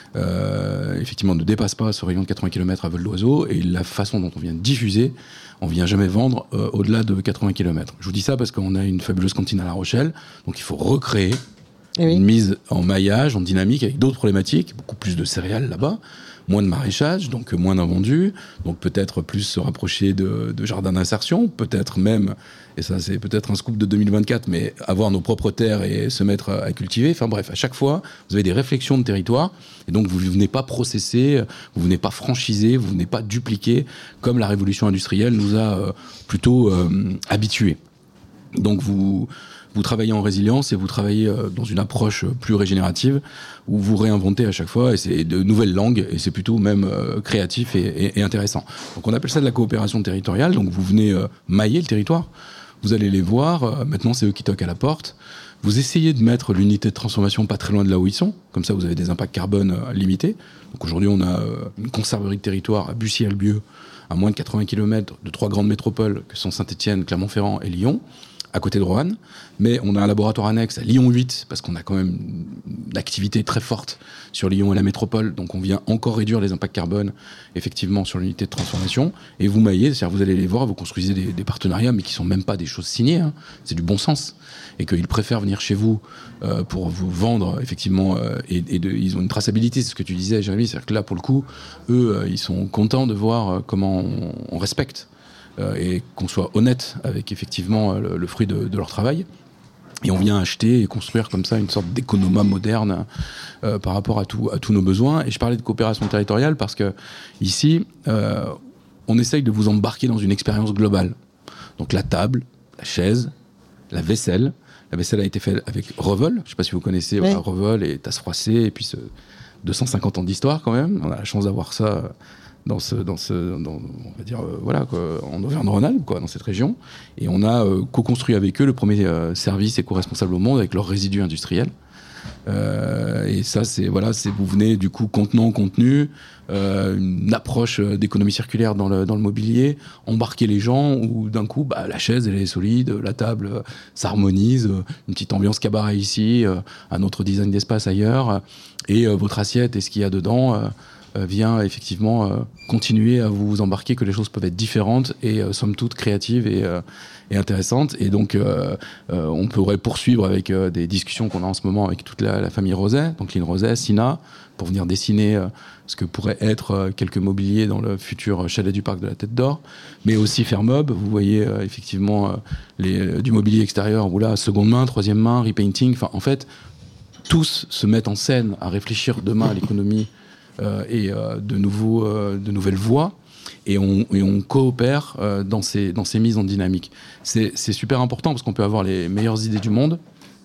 euh, effectivement ne dépasse pas ce rayon de quatre-vingts kilomètres à vol d'oiseau, et la façon dont on vient diffuser, on vient jamais vendre euh, au-delà de quatre-vingts kilomètres. Je vous dis ça parce qu'on a une fabuleuse cantine à La Rochelle, donc il faut recréer Eh oui. une mise en maillage, en dynamique, avec d'autres problématiques, beaucoup plus de céréales là-bas, moins de maraîchage, donc moins d'invendus, donc peut-être plus se rapprocher de, de jardins d'insertion, peut-être même, et ça c'est peut-être un scoop de deux mille vingt-quatre, mais avoir nos propres terres et se mettre à, à cultiver. Enfin bref, à chaque fois, vous avez des réflexions de territoire, et donc vous ne venez pas processer, vous ne venez pas franchiser, vous ne venez pas dupliquer, comme la révolution industrielle nous a euh, plutôt euh, habitués. Donc vous... Vous travaillez en résilience et vous travaillez euh, dans une approche plus régénérative où vous réinventez à chaque fois, et c'est de nouvelles langues, et c'est plutôt même euh, créatif et, et, et intéressant. Donc on appelle ça de la coopération territoriale. Donc vous venez euh, mailler le territoire, vous allez les voir, euh, maintenant c'est eux qui toquent à la porte, vous essayez de mettre l'unité de transformation pas très loin de là où ils sont, comme ça vous avez des impacts carbone euh, limités. Donc aujourd'hui on a euh, une conserverie de territoire à Bussy-Albieux, à moins de quatre-vingts kilomètres de trois grandes métropoles que sont Saint-Étienne, Clermont-Ferrand et Lyon, à côté de Roanne, mais on a un laboratoire annexe à Lyon huit, parce qu'on a quand même une activité très forte sur Lyon et la métropole, donc on vient encore réduire les impacts carbone, effectivement, sur l'unité de transformation, et vous maillez, c'est-à-dire vous allez les voir, vous construisez des, des partenariats, mais qui sont même pas des choses signées, hein, c'est du bon sens, et qu'ils préfèrent venir chez vous euh, pour vous vendre, effectivement, euh, et, et de, ils ont une traçabilité, c'est ce que tu disais, Jérémy, c'est-à-dire que là, pour le coup, eux, euh, ils sont contents de voir euh, comment on, on respecte euh, et qu'on soit honnête avec, effectivement, euh, le, le fruit de, de leur travail. Et on vient acheter et construire comme ça une sorte d'économa moderne euh, par rapport à, tout, à tous nos besoins. Et je parlais de coopération territoriale parce que ici, euh, on essaye de vous embarquer dans une expérience globale. Donc la table, la chaise, la vaisselle. La vaisselle a été faite avec Revol. Je ne sais pas si vous connaissez oui. voilà, Revol et Tasse Froissée. Et puis ce deux cent cinquante ans d'histoire quand même. On a la chance d'avoir ça dans ce, dans ce, dans, on va dire, euh, voilà, quoi, en Auvergne-Rhône-Alpes, quoi, dans cette région. Et on a euh, co-construit avec eux le premier euh, service éco-responsable au monde avec leurs résidus industriels. Euh, et ça, c'est, voilà, c'est, vous venez du coup contenant, contenu, euh, une approche d'économie circulaire dans le, dans le mobilier, embarquer les gens où d'un coup, bah, la chaise, elle est solide, la table euh, s'harmonise, euh, une petite ambiance cabaret ici, euh, un autre design d'espace ailleurs, et euh, votre assiette et ce qu'il y a dedans, euh, vient effectivement euh, continuer à vous embarquer que les choses peuvent être différentes et euh, somme toute créatives et, euh, et intéressantes. Et donc, euh, euh, on pourrait poursuivre avec euh, des discussions qu'on a en ce moment avec toute la, la famille Roset, donc Lynn Roset, Sina, pour venir dessiner euh, ce que pourrait être euh, quelques mobiliers dans le futur chalet du parc de la Tête d'Or, mais aussi Fermob. Vous voyez euh, effectivement euh, les, euh, du mobilier extérieur, ou là, seconde main, troisième main, repainting. Enfin, en fait, tous se mettent en scène à réfléchir demain à l'économie Euh, et euh, de, nouveaux, euh, de nouvelles voies, et on, et on coopère euh, dans, ces, dans ces mises en dynamique. C'est, c'est super important parce qu'on peut avoir les meilleures idées du monde,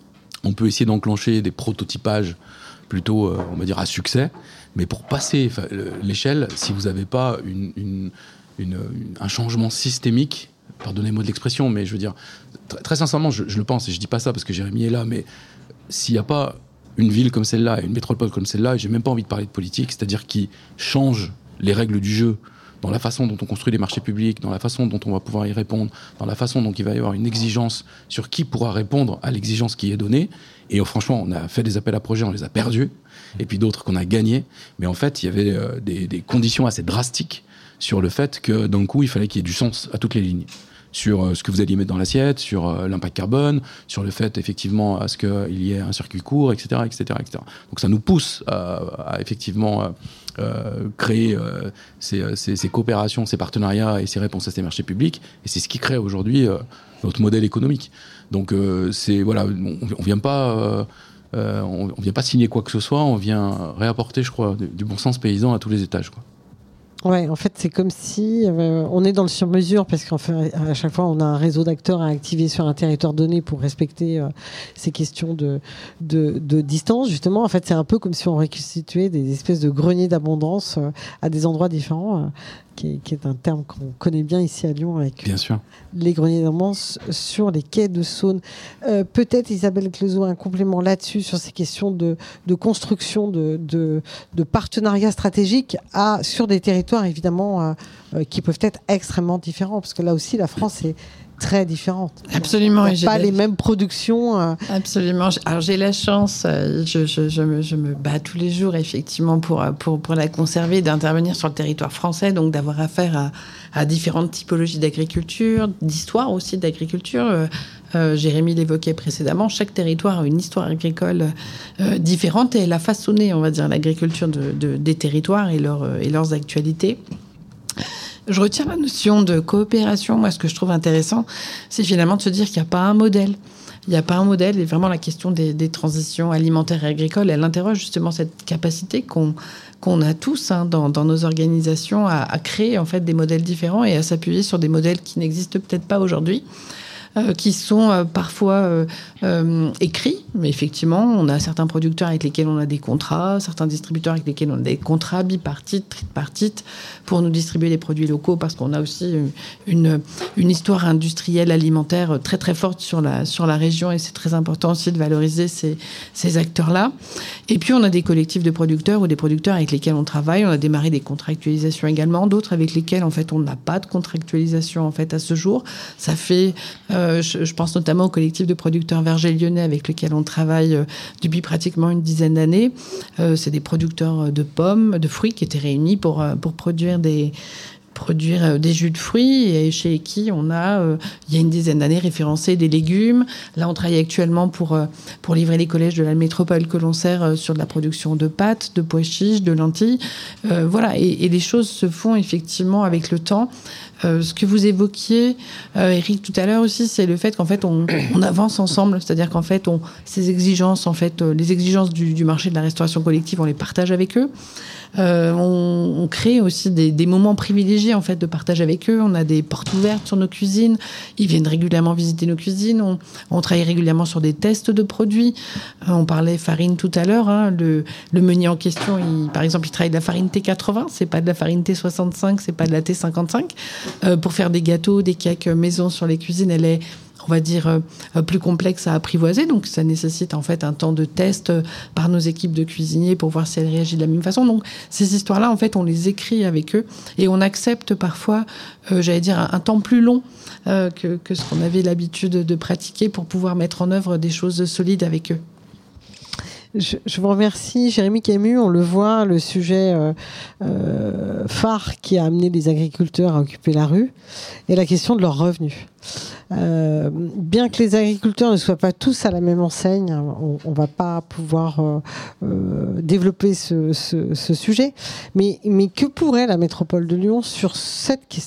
on peut essayer d'enclencher des prototypages plutôt, euh, on va dire, à succès, mais pour passer l'échelle, si vous n'avez pas une, une, une, une, un changement systémique, pardonnez-moi de l'expression, mais je veux dire, très, très sincèrement, je, je le pense, et je dis pas ça parce que Jérémy est là, mais s'il n'y a pas une ville comme celle-là, une métropole comme celle-là, et j'ai même pas envie de parler de politique, c'est-à-dire qui change les règles du jeu dans la façon dont on construit les marchés publics, dans la façon dont on va pouvoir y répondre, dans la façon dont il va y avoir une exigence sur qui pourra répondre à l'exigence qui est donnée. Et euh, franchement, on a fait des appels à projets, on les a perdus, et puis d'autres qu'on a gagnés. Mais en fait, il y avait euh, des, des conditions assez drastiques sur le fait que d'un coup, il fallait qu'il y ait du sens à toutes les lignes. Sur euh, ce que vous alliez mettre dans l'assiette, sur euh, l'impact carbone, sur le fait effectivement à ce qu'il y ait un circuit court, et cetera, et cetera, et cetera. Donc ça nous pousse à, à effectivement euh, euh, créer euh, ces, ces, ces coopérations, ces partenariats et ces réponses à ces marchés publics. Et c'est ce qui crée aujourd'hui euh, notre modèle économique. Donc euh, c'est voilà, on, on vient pas, euh, euh, on, on vient pas signer quoi que ce soit, on vient réapporter, je crois, du, du bon sens paysan à tous les étages, quoi. Ouais, en fait, c'est comme si euh, on est dans le sur-mesure parce qu'en fait, à chaque fois, on a un réseau d'acteurs à activer sur un territoire donné pour respecter euh, ces questions de, de, de distance. Justement, en fait, c'est un peu comme si on reconstituait des espèces de greniers d'abondance euh, à des endroits différents, euh, qui, est, qui est un terme qu'on connaît bien ici à Lyon avec bien sûr. Les greniers d'abondance sur les quais de Saône. Euh, peut-être, Isabelle Clezot, un complément là-dessus sur ces questions de, de construction de, de, de partenariats stratégiques à, sur des territoires évidemment euh, euh, qui peuvent être extrêmement différents, parce que là aussi la France est très différente. Absolument. Il n'y a pas les mêmes productions. Euh... Absolument. Alors j'ai la chance, euh, je, je, je, me, je me bats tous les jours effectivement pour, pour, pour la conserver, d'intervenir sur le territoire français, donc d'avoir affaire à, à différentes typologies d'agriculture, d'histoire aussi d'agriculture. Euh, euh, Jérémy l'évoquait précédemment, chaque territoire a une histoire agricole euh, différente et elle a façonné, on va dire, l'agriculture de, de, des territoires et, leur, et leurs actualités. Je retiens la notion de coopération. Moi, ce que je trouve intéressant, c'est finalement de se dire qu'il n'y a pas un modèle. Il n'y a pas un modèle. Et vraiment, la question des, des transitions alimentaires et agricoles, elle interroge justement cette capacité qu'on, qu'on a tous hein, dans, dans nos organisations à, à créer en fait des modèles différents et à s'appuyer sur des modèles qui n'existent peut-être pas aujourd'hui. Euh, qui sont euh, parfois euh, euh, écrits, mais effectivement, on a certains producteurs avec lesquels on a des contrats, certains distributeurs avec lesquels on a des contrats bipartites, tripartites, pour nous distribuer les produits locaux, parce qu'on a aussi une, une histoire industrielle alimentaire très très forte sur la, sur la région, et c'est très important aussi de valoriser ces, ces acteurs-là. Et puis on a des collectifs de producteurs ou des producteurs avec lesquels on travaille, on a démarré des contractualisations également, d'autres avec lesquels en fait on n'a pas de contractualisation en fait à ce jour. Ça fait euh, Euh, je, je pense notamment au collectif de producteurs vergers lyonnais avec lequel on travaille euh, depuis pratiquement une dizaine d'années. Euh, c'est des producteurs de pommes, de fruits qui étaient réunis pour, pour produire des... produire des jus de fruits et chez qui on a, euh, il y a une dizaine d'années, référencé des légumes. Là, on travaille actuellement pour, euh, pour livrer les collèges de la métropole que l'on sert euh, sur de la production de pâtes, de pois chiches, de lentilles. Euh, voilà, et, et les choses se font effectivement avec le temps. Euh, ce que vous évoquiez, euh, Eric, tout à l'heure aussi, c'est le fait qu'en fait, on, on avance ensemble. C'est-à-dire qu'en fait, on, ces exigences, en fait, euh, les exigences du, du marché de la restauration collective, on les partage avec eux. Euh, on, on crée aussi des, des moments privilégiés en fait de partage avec eux. On a des portes ouvertes sur nos cuisines. Ils viennent régulièrement visiter nos cuisines. On, on travaille régulièrement sur des tests de produits. Euh, on parlait farine tout à l'heure. Hein. Le, le meunier en question, il, par exemple, il travaille de la farine T quatre-vingts. C'est pas de la farine T soixante-cinq. C'est pas de la T cinquante-cinq. Euh, pour faire des gâteaux, des cakes maison sur les cuisines, elle est, on va dire, euh, plus complexe à apprivoiser. Donc, ça nécessite en fait un temps de test euh, par nos équipes de cuisiniers pour voir si elle réagit de la même façon. Donc, ces histoires-là, en fait, on les écrit avec eux et on accepte parfois, euh, j'allais dire, un, un temps plus long euh, que, que ce qu'on avait l'habitude de pratiquer pour pouvoir mettre en œuvre des choses solides avec eux. Je, je vous remercie, Jérémy Camus. On le voit, le sujet euh, euh, phare qui a amené les agriculteurs à occuper la rue est la question de leurs revenus. Euh, bien que les agriculteurs ne soient pas tous à la même enseigne, on ne va pas pouvoir euh, euh, développer ce, ce, ce sujet. Mais, mais que pourrait la métropole de Lyon sur cette question ?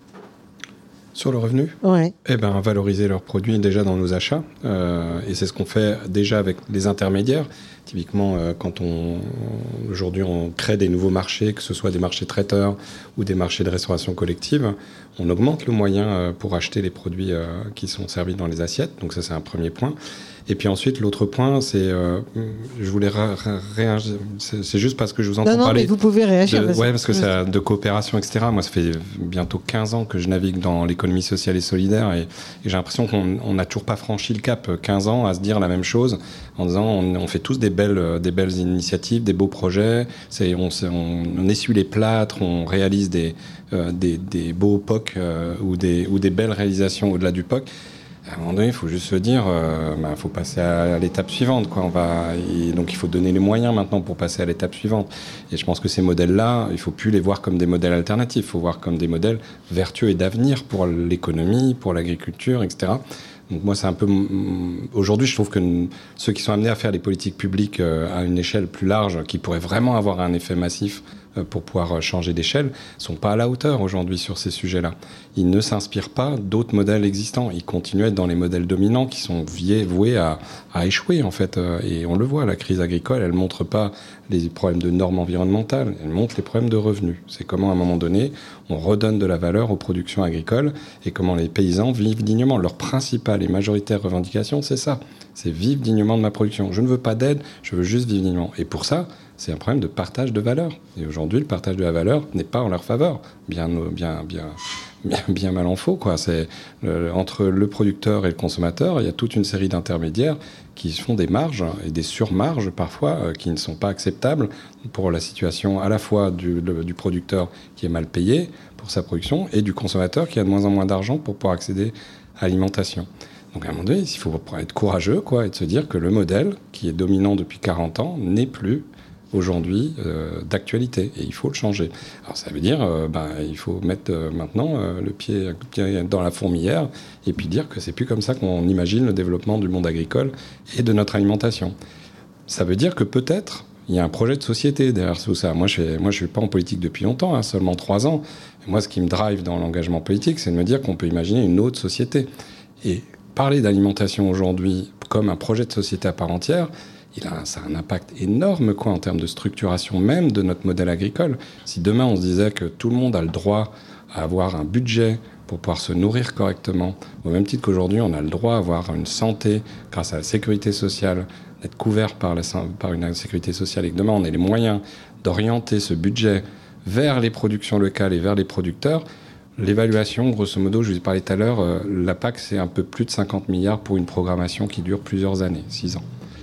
Sur le revenu ? Ouais. Eh ben, valoriser leurs produits déjà dans nos achats. Euh, et c'est ce qu'on fait déjà avec les intermédiaires. Typiquement, euh, quand on, aujourd'hui on crée des nouveaux marchés, que ce soit des marchés traiteurs ou des marchés de restauration collective, on augmente le moyen euh, pour acheter les produits euh, qui sont servis dans les assiettes. Donc ça, c'est un premier point. Et puis ensuite, l'autre point, c'est, euh, je voulais réagir, c'est, c'est juste parce que je vous entends non, non, parler. Mais vous pouvez réagir. De, parce ouais, parce que je... c'est de coopération, et cetera. Moi, ça fait bientôt quinze ans que je navigue dans l'économie sociale et solidaire, et, et j'ai l'impression qu'on n'a toujours pas franchi le cap, quinze ans, à se dire la même chose, en disant on, on fait tous des belles, des belles initiatives, des beaux projets, c'est, on, on, on essuie les plâtres, on réalise des, euh, des, des beaux P O C euh, ou, des, ou des belles réalisations au-delà du P O C. À un moment donné, il faut juste se dire, euh, bah, faut passer à, à l'étape suivante, quoi. On va, et donc il faut donner les moyens maintenant pour passer à l'étape suivante. Et je pense que ces modèles-là, il faut plus les voir comme des modèles alternatifs, il faut voir comme des modèles vertueux et d'avenir pour l'économie, pour l'agriculture, et cetera. Donc moi, c'est un peu... Aujourd'hui, je trouve que ceux qui sont amenés à faire les politiques publiques à une échelle plus large, qui pourraient vraiment avoir un effet massif pour pouvoir changer d'échelle, sont pas à la hauteur aujourd'hui sur ces sujets-là. Ils ne s'inspirent pas d'autres modèles existants. Ils continuent à être dans les modèles dominants qui sont voués à, à échouer, en fait. Et on le voit, la crise agricole, elle montre pas les problèmes de normes environnementales, elle montre les problèmes de revenus. C'est comment, à un moment donné, on redonne de la valeur aux productions agricoles et comment les paysans vivent dignement. Leur principale et majoritaire revendication, c'est ça. C'est vivre dignement de ma production. Je ne veux pas d'aide, je veux juste vivre dignement. Et pour ça, c'est un problème de partage de valeur. Et aujourd'hui, le partage de la valeur n'est pas en leur faveur. Bien, bien, bien, bien, bien mal en faux, quoi. C'est le, entre le producteur et le consommateur, il y a toute une série d'intermédiaires qui font des marges et des surmarges parfois euh, qui ne sont pas acceptables pour la situation à la fois du, le, du producteur qui est mal payé pour sa production et du consommateur qui a de moins en moins d'argent pour pouvoir accéder à l'alimentation. Donc à un moment donné, il faut être courageux, quoi, et de se dire que le modèle qui est dominant depuis quarante ans n'est plus aujourd'hui euh, d'actualité et il faut le changer. Alors ça veut dire euh, ben, il faut mettre euh, maintenant euh, le pied, le pied dans la fourmilière et puis dire que c'est plus comme ça qu'on imagine le développement du monde agricole et de notre alimentation. Ça veut dire que peut-être il y a un projet de société derrière tout ça. Moi je ne moi, je suis pas en politique depuis longtemps, hein, seulement trois ans. Et moi ce qui me drive dans l'engagement politique, c'est de me dire qu'on peut imaginer une autre société. Et parler d'alimentation aujourd'hui comme un projet de société à part entière, il a, ça a un impact énorme, quoi, en termes de structuration même de notre modèle agricole. Si demain on se disait que tout le monde a le droit à avoir un budget pour pouvoir se nourrir correctement, au même titre qu'aujourd'hui on a le droit à avoir une santé grâce à la sécurité sociale, d'être couvert par, la, par une sécurité sociale, et que demain on ait les moyens d'orienter ce budget vers les productions locales et vers les producteurs, l'évaluation, grosso modo, je vous ai parlé tout à l'heure, euh, la P A C c'est un peu plus de cinquante milliards pour une programmation qui dure plusieurs années, six ans.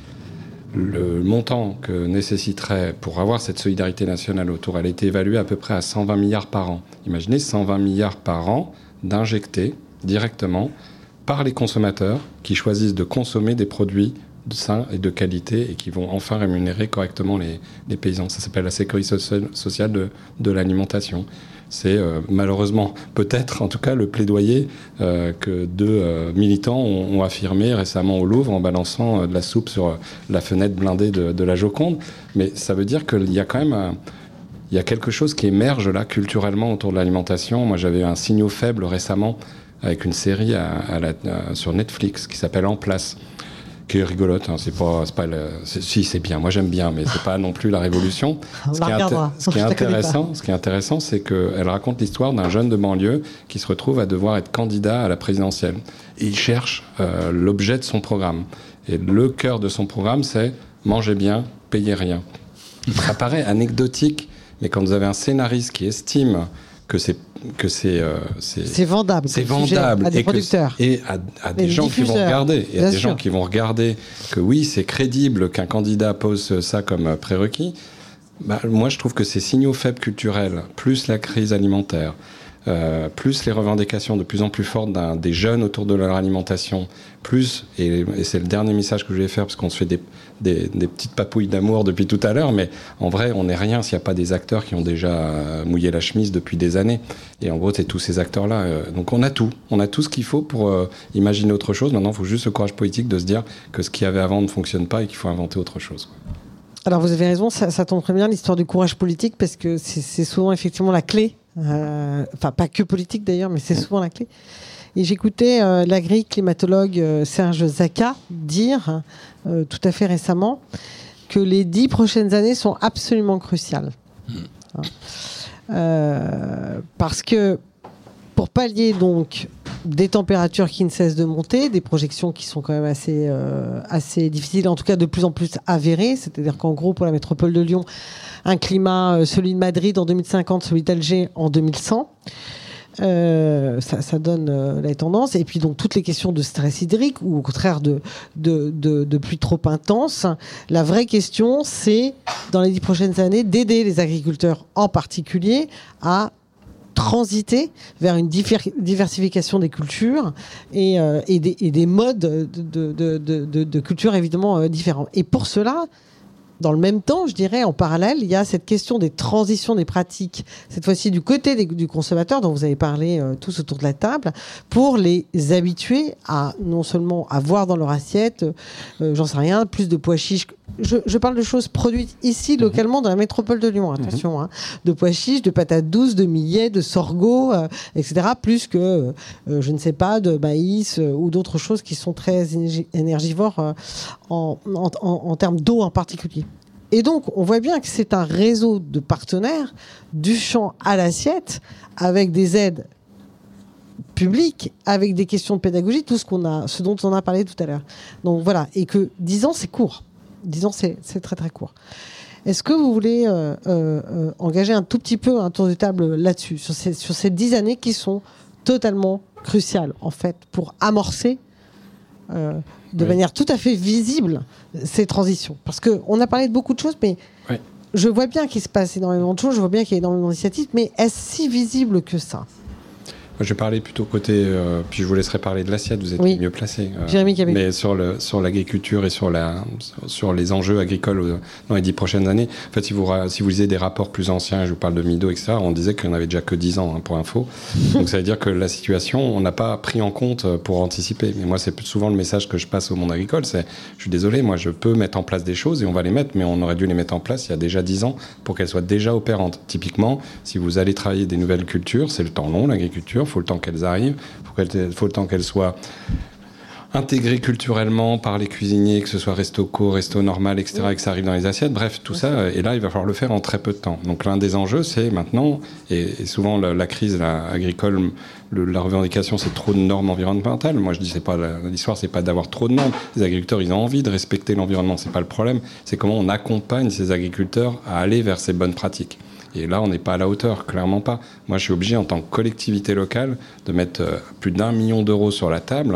Le montant que nécessiterait pour avoir cette solidarité nationale autour, elle a été évaluée à peu près à cent vingt milliards par an. Imaginez cent vingt milliards par an d'injecter directement par les consommateurs qui choisissent de consommer des produits sains et de qualité et qui vont enfin rémunérer correctement les, les paysans. Ça s'appelle la sécurité sociale de, de l'alimentation. C'est euh, malheureusement, peut-être en tout cas, le plaidoyer euh, que deux euh, militants ont, ont affirmé récemment au Louvre en balançant euh, de la soupe sur euh, la fenêtre blindée de, de la Joconde. Mais ça veut dire qu'il y a quand même... Un, il y a quelque chose qui émerge là culturellement autour de l'alimentation. Moi, j'avais un signal faible récemment avec une série à, à la, à, sur Netflix qui s'appelle En Place, qui est rigolote. Hein. C'est pas, c'est pas le, c'est, si c'est bien. Moi, j'aime bien, mais c'est pas non plus la révolution. On ce, la qui regardera. inté- ce qui est intéressant, ce qui est intéressant, c'est qu'elle raconte l'histoire d'un jeune de banlieue qui se retrouve à devoir être candidat à la présidentielle. Et il cherche euh, l'objet de son programme. Et le cœur de son programme, c'est manger bien, payer rien. Ça paraît anecdotique. Mais quand vous avez un scénariste qui estime que c'est que c'est euh, c'est, c'est vendable, c'est vendable à des et, producteurs. Que, et à, à des gens qui vont regarder et à des sûr. gens qui vont regarder que oui c'est crédible qu'un candidat pose ça comme prérequis. Bah, moi je trouve que ces signaux faibles culturels plus la crise alimentaire. Euh, plus les revendications de plus en plus fortes d'un, des jeunes autour de leur alimentation, plus, et, et c'est le dernier message que je voulais faire, parce qu'on se fait des, des, des petites papouilles d'amour depuis tout à l'heure, mais en vrai, on n'est rien s'il n'y a pas des acteurs qui ont déjà mouillé la chemise depuis des années. Et en gros, c'est tous ces acteurs-là. Euh, donc on a tout. On a tout ce qu'il faut pour euh, imaginer autre chose. Maintenant, il faut juste le courage politique de se dire que ce qu'il y avait avant ne fonctionne pas et qu'il faut inventer autre chose. Alors vous avez raison, ça, ça tombe très bien, l'histoire du courage politique, parce que c'est, c'est souvent effectivement la clé. Euh, enfin, pas que politique d'ailleurs, mais c'est souvent la clé. Et j'écoutais euh, l'agri-climatologue euh, Serge Zaka dire euh, tout à fait récemment que les dix prochaines années sont absolument cruciales. Mmh. Hein. Euh, parce que pour pallier donc des températures qui ne cessent de monter, des projections qui sont quand même assez, euh, assez difficiles, en tout cas de plus en plus avérées, c'est-à-dire qu'en gros pour la métropole de Lyon, un climat, euh, celui de Madrid en deux mille cinquante, celui d'Alger en deux mille cent. Euh, ça, ça donne euh, la tendance. Et puis donc toutes les questions de stress hydrique ou au contraire de, de, de, de pluie trop intense. La vraie question, c'est dans les dix prochaines années d'aider les agriculteurs en particulier à transiter vers une diversification des cultures et, euh, et, des, et des modes de, de, de, de, de culture évidemment euh, différents. Et pour cela, dans le même temps, je dirais, en parallèle, il y a cette question des transitions des pratiques, cette fois-ci du côté des, du consommateur, dont vous avez parlé euh, tous autour de la table, pour les habituer à non seulement à voir dans leur assiette, euh, j'en sais rien, plus de pois chiches. Je, je parle de choses produites ici, localement, dans la métropole de Lyon, attention, hein, de pois chiches, de patates douces, de millet, de sorgho, euh, et cetera, plus que, euh, je ne sais pas, de maïs euh, ou d'autres choses qui sont très énergivores euh, en, en, en, en termes d'eau en particulier. Et donc, on voit bien que c'est un réseau de partenaires du champ à l'assiette, avec des aides publiques, avec des questions de pédagogie, tout ce, qu'on a, ce dont on a parlé tout à l'heure. Donc voilà, et que dix ans, c'est court. dix ans, c'est, c'est très très court. Est-ce que vous voulez euh, euh, engager un tout petit peu un tour de table là-dessus, sur ces, sur ces dix années qui sont totalement cruciales, en fait, pour amorcer euh, de oui. manière tout à fait visible ces transitions? Parce qu'on a parlé de beaucoup de choses, mais oui. je vois bien qu'il se passe énormément de choses, je vois bien qu'il y a énormément d'initiatives, mais est-ce si visible que ça? Je vais parler plutôt côté, euh, puis je vous laisserai parler de l'assiette, vous êtes oui. mieux placé. Euh, Jérémy Cabé. Mais sur, le, sur l'agriculture et sur, la, sur les enjeux agricoles dans les dix prochaines années, en fait, si vous, si vous lisez des rapports plus anciens, je vous parle de Mido, et cetera, on disait qu'il n'y en avait déjà que dix ans, hein, pour info. Donc ça veut dire que la situation, on n'a pas pris en compte pour anticiper. Mais moi, c'est souvent le message que je passe au monde agricole, c'est, je suis désolé, moi, je peux mettre en place des choses et on va les mettre, mais on aurait dû les mettre en place il y a déjà dix ans pour qu'elles soient déjà opérantes. Typiquement, si vous allez travailler des nouvelles cultures, c'est le temps long, l'agriculture, il faut le temps qu'elles arrivent. Il faut le temps qu'elle soit intégrée culturellement par les cuisiniers, que ce soit resto co, resto normal, et cetera, et que ça arrive dans les assiettes. Bref, tout ça. Et là, il va falloir le faire en très peu de temps. Donc l'un des enjeux, c'est maintenant, et, et souvent la, la crise la, agricole, le, la revendication, c'est trop de normes environnementales. Moi, je dis, c'est pas l'histoire, c'est pas d'avoir trop de normes. Les agriculteurs, ils ont envie de respecter l'environnement. C'est pas le problème. C'est comment on accompagne ces agriculteurs à aller vers ces bonnes pratiques. Et là, on n'est pas à la hauteur, clairement pas. Moi, je suis obligé, en tant que collectivité locale, de mettre euh, plus d'un million d'euros sur la table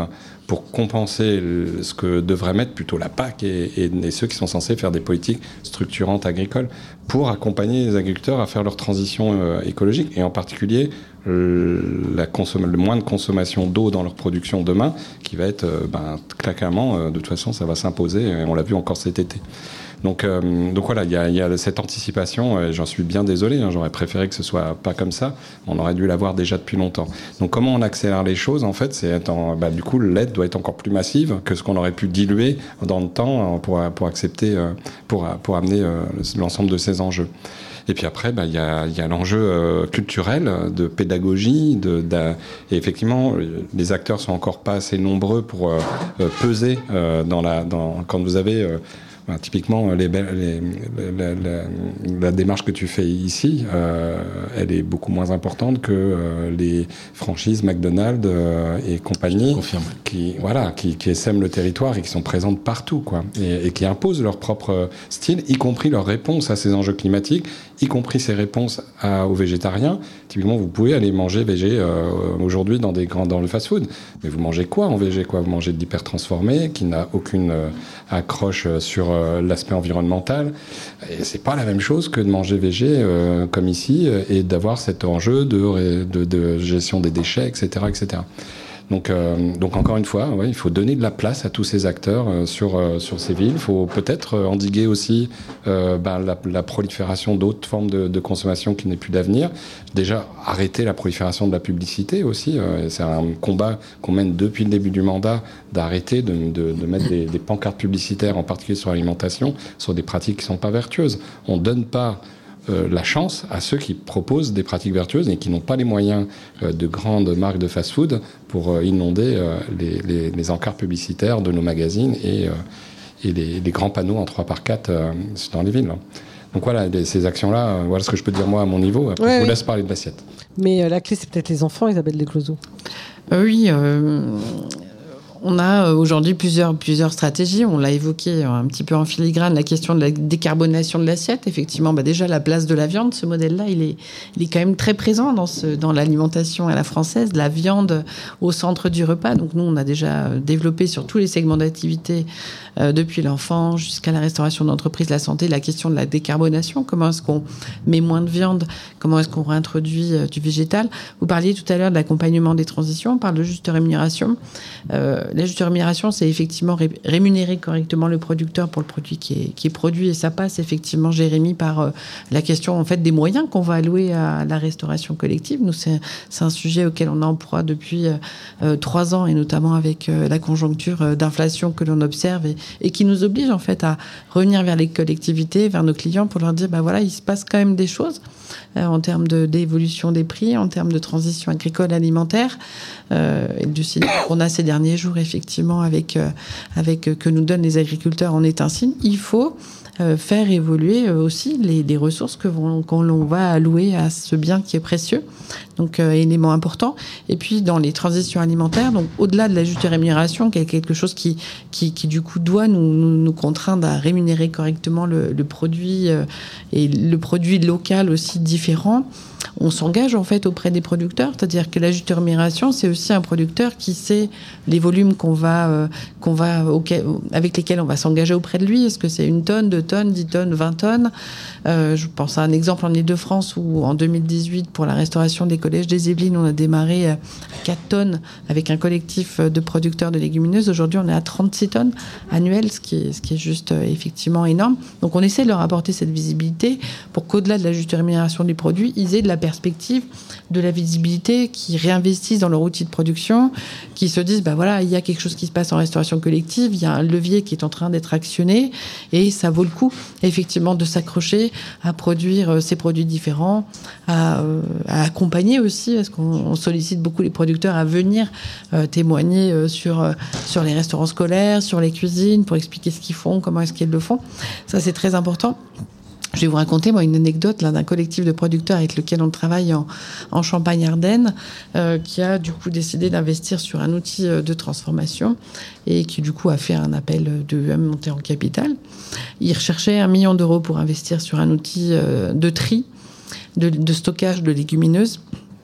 pour compenser le, ce que devrait mettre plutôt la P A C et, et, et ceux qui sont censés faire des politiques structurantes agricoles pour accompagner les agriculteurs à faire leur transition euh, écologique et en particulier euh, la consomm- le moins de consommation d'eau dans leur production demain qui va être euh, ben, claquement, euh, de toute façon ça va s'imposer et on l'a vu encore cet été. Donc, euh, donc voilà, il y a, y a cette anticipation, et j'en suis bien désolé, hein, j'aurais préféré que ce soit pas comme ça, on aurait dû l'avoir déjà depuis longtemps. Donc comment on accélère les choses, en fait, c'est être en, bah, du coup, l'aide doit être encore plus massive que ce qu'on aurait pu diluer dans le temps pour, pour accepter, pour, pour amener l'ensemble de ces enjeux. Et puis après, bah, y a, y a l'enjeu euh, culturel, de pédagogie, de, de, et effectivement, les acteurs sont encore pas assez nombreux pour euh, peser euh, dans la, dans, quand vous avez euh, Ben, typiquement, les, les, la, la, la démarche que tu fais ici, euh, elle est beaucoup moins importante que euh, les franchises McDonald's euh, et compagnie, qui voilà, qui, qui essaiment le territoire et qui sont présentes partout, quoi, et, et qui imposent leur propre style, y compris leurs réponses à ces enjeux climatiques, y compris ces réponses à, aux végétariens. Typiquement, vous pouvez aller manger végé euh, aujourd'hui dans des grands dans le fast-food, mais vous mangez quoi en végé, quoi? Vous mangez de l'hyper-transformé qui n'a aucune euh, accroche sur euh, l'aspect environnemental. Et c'est pas la même chose que de manger végé euh, comme ici et d'avoir cet enjeu de, de, de gestion des déchets, et cetera, et cetera. Donc, euh, donc encore une fois, ouais, il faut donner de la place à tous ces acteurs euh, sur, euh, sur ces villes. Il faut peut-être euh, endiguer aussi euh, ben, la, la prolifération d'autres formes de, de consommation qui n'est plus d'avenir. Déjà, arrêter la prolifération de la publicité aussi. Euh, c'est un combat qu'on mène depuis le début du mandat, d'arrêter de, de, de mettre des, des pancartes publicitaires, en particulier sur l'alimentation, sur des pratiques qui ne sont pas vertueuses. On ne donne pas Euh, la chance à ceux qui proposent des pratiques vertueuses et qui n'ont pas les moyens euh, de grandes marques de fast-food pour euh, inonder euh, les, les, les encarts publicitaires de nos magazines et, euh, et les, les grands panneaux en trois par quatre euh, dans les villes. Donc voilà, les, ces actions-là, euh, voilà ce que je peux dire moi à mon niveau. Après, ouais, je vous oui. laisse parler de l'assiette. Mais euh, la clé, c'est peut-être les enfants, Isabelle Descloseaux. Euh, oui, euh... On a aujourd'hui plusieurs, plusieurs stratégies. On l'a évoqué un petit peu en filigrane, la question de la décarbonation de l'assiette. Effectivement, bah déjà, la place de la viande, ce modèle-là, il est, il est quand même très présent dans, ce, dans l'alimentation à la française. La viande au centre du repas. Donc, nous, on a déjà développé sur tous les segments d'activité, euh, depuis l'enfant jusqu'à la restauration d'entreprise, la santé, la question de la décarbonation. Comment est-ce qu'on met moins de viande? Comment est-ce qu'on réintroduit euh, du végétal? Vous parliez tout à l'heure de l'accompagnement des transitions. On parle de juste rémunération. Euh, La juste rémunération, c'est effectivement ré- rémunérer correctement le producteur pour le produit qui est, qui est produit. Et ça passe effectivement, Jérémy, par euh, la question en fait, des moyens qu'on va allouer à la restauration collective. Nous, c'est, c'est un sujet auquel on est en proie depuis euh, trois ans, et notamment avec euh, la conjoncture euh, d'inflation que l'on observe et, et qui nous oblige en fait à revenir vers les collectivités, vers nos clients pour leur dire, bah voilà, il se passe quand même des choses euh, en termes de, d'évolution des prix, en termes de transition agricole alimentaire. Euh, et du signe qu'on a ces derniers jours, effectivement, avec, euh, avec euh, que nous donnent les agriculteurs en est un signe. Il faut euh, faire évoluer euh, aussi les, les ressources que vont, qu'on l'on va allouer à ce bien qui est précieux. Donc, euh, élément important. Et puis, dans les transitions alimentaires, donc au-delà de la juste rémunération, qui est quelque chose qui, qui, qui du coup, doit nous, nous, nous contraindre à rémunérer correctement le, le produit euh, et le produit local aussi différent. On s'engage en fait auprès des producteurs, c'est-à-dire que la juste rémunération, c'est aussi un producteur qui sait les volumes qu'on va, euh, qu'on va, auquel, avec lesquels on va s'engager auprès de lui. Est-ce que c'est une tonne, deux tonnes, dix tonnes, vingt tonnes? euh, Je pense à un exemple en Île-de-France où en deux mille dix-huit, pour la restauration des collèges des Yvelines, on a démarré à quatre tonnes avec un collectif de producteurs de légumineuses. Aujourd'hui, on est à trente-six tonnes annuelles, ce qui est, ce qui est juste euh, effectivement énorme. Donc on essaie de leur apporter cette visibilité pour qu'au-delà de la juste rémunération des produits, ils aient de la perspective, de la visibilité, qui réinvestissent dans leur outil de production, qui se disent, bah voilà, il y a quelque chose qui se passe en restauration collective, il y a un levier qui est en train d'être actionné, et ça vaut le coup, effectivement, de s'accrocher à produire ces produits différents, à, euh, à accompagner aussi, parce qu'on sollicite beaucoup les producteurs à venir euh, témoigner euh, sur, euh, sur les restaurants scolaires, sur les cuisines, pour expliquer ce qu'ils font, comment est-ce qu'ils le font. Ça, c'est très important. Je vais vous raconter, moi, une anecdote là, d'un collectif de producteurs avec lequel on travaille en, en Champagne-Ardenne, euh, qui a du coup décidé d'investir sur un outil de transformation et qui du coup a fait un appel de montée en capital. Il recherchait un million d'euros pour investir sur un outil euh, de tri, de, de stockage de légumineuses.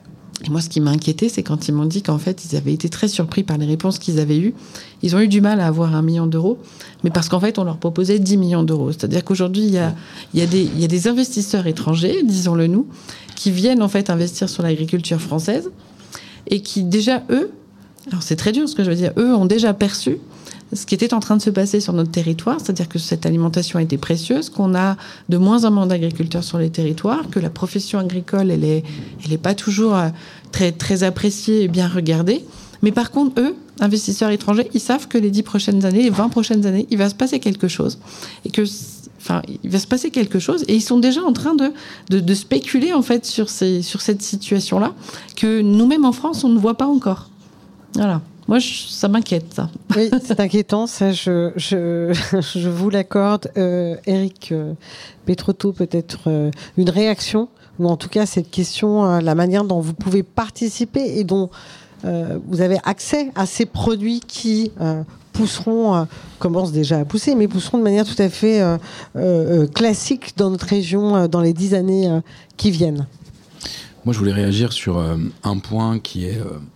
Et moi, ce qui m'a inquiété, c'est quand ils m'ont dit qu'en fait, ils avaient été très surpris par les réponses qu'ils avaient eues. Ils ont eu du mal à avoir un million d'euros, mais parce qu'en fait, on leur proposait dix millions d'euros. C'est-à-dire qu'aujourd'hui, il y a, il y a des, il y a des investisseurs étrangers, disons-le nous, qui viennent en fait investir sur l'agriculture française et qui déjà, eux, alors c'est très dur ce que je veux dire, eux ont déjà perçu ce qui était en train de se passer sur notre territoire, c'est-à-dire que cette alimentation était précieuse, qu'on a de moins en moins d'agriculteurs sur les territoires, que la profession agricole, elle est, elle est pas toujours très, très appréciée et bien regardée. Mais par contre, eux, investisseurs étrangers, ils savent que les dix prochaines années, les vingt prochaines années, il va se passer quelque chose. Et que, enfin, il va se passer quelque chose. Et ils sont déjà en train de, de, de spéculer, en fait, sur, ces, sur cette situation-là, que nous-mêmes en France, on ne voit pas encore. Voilà. Moi, je, ça m'inquiète, ça. Oui, c'est inquiétant, ça, je, je, je vous l'accorde. Euh, Éric euh, Pétretot, peut-être euh, une réaction, ou en tout cas cette question, euh, la manière dont vous pouvez participer et dont euh, vous avez accès à ces produits qui euh, pousseront, euh, commencent déjà à pousser, mais pousseront de manière tout à fait euh, euh, classique dans notre région euh, dans les dix années euh, qui viennent. Moi, je voulais réagir sur euh, un point qui est... Euh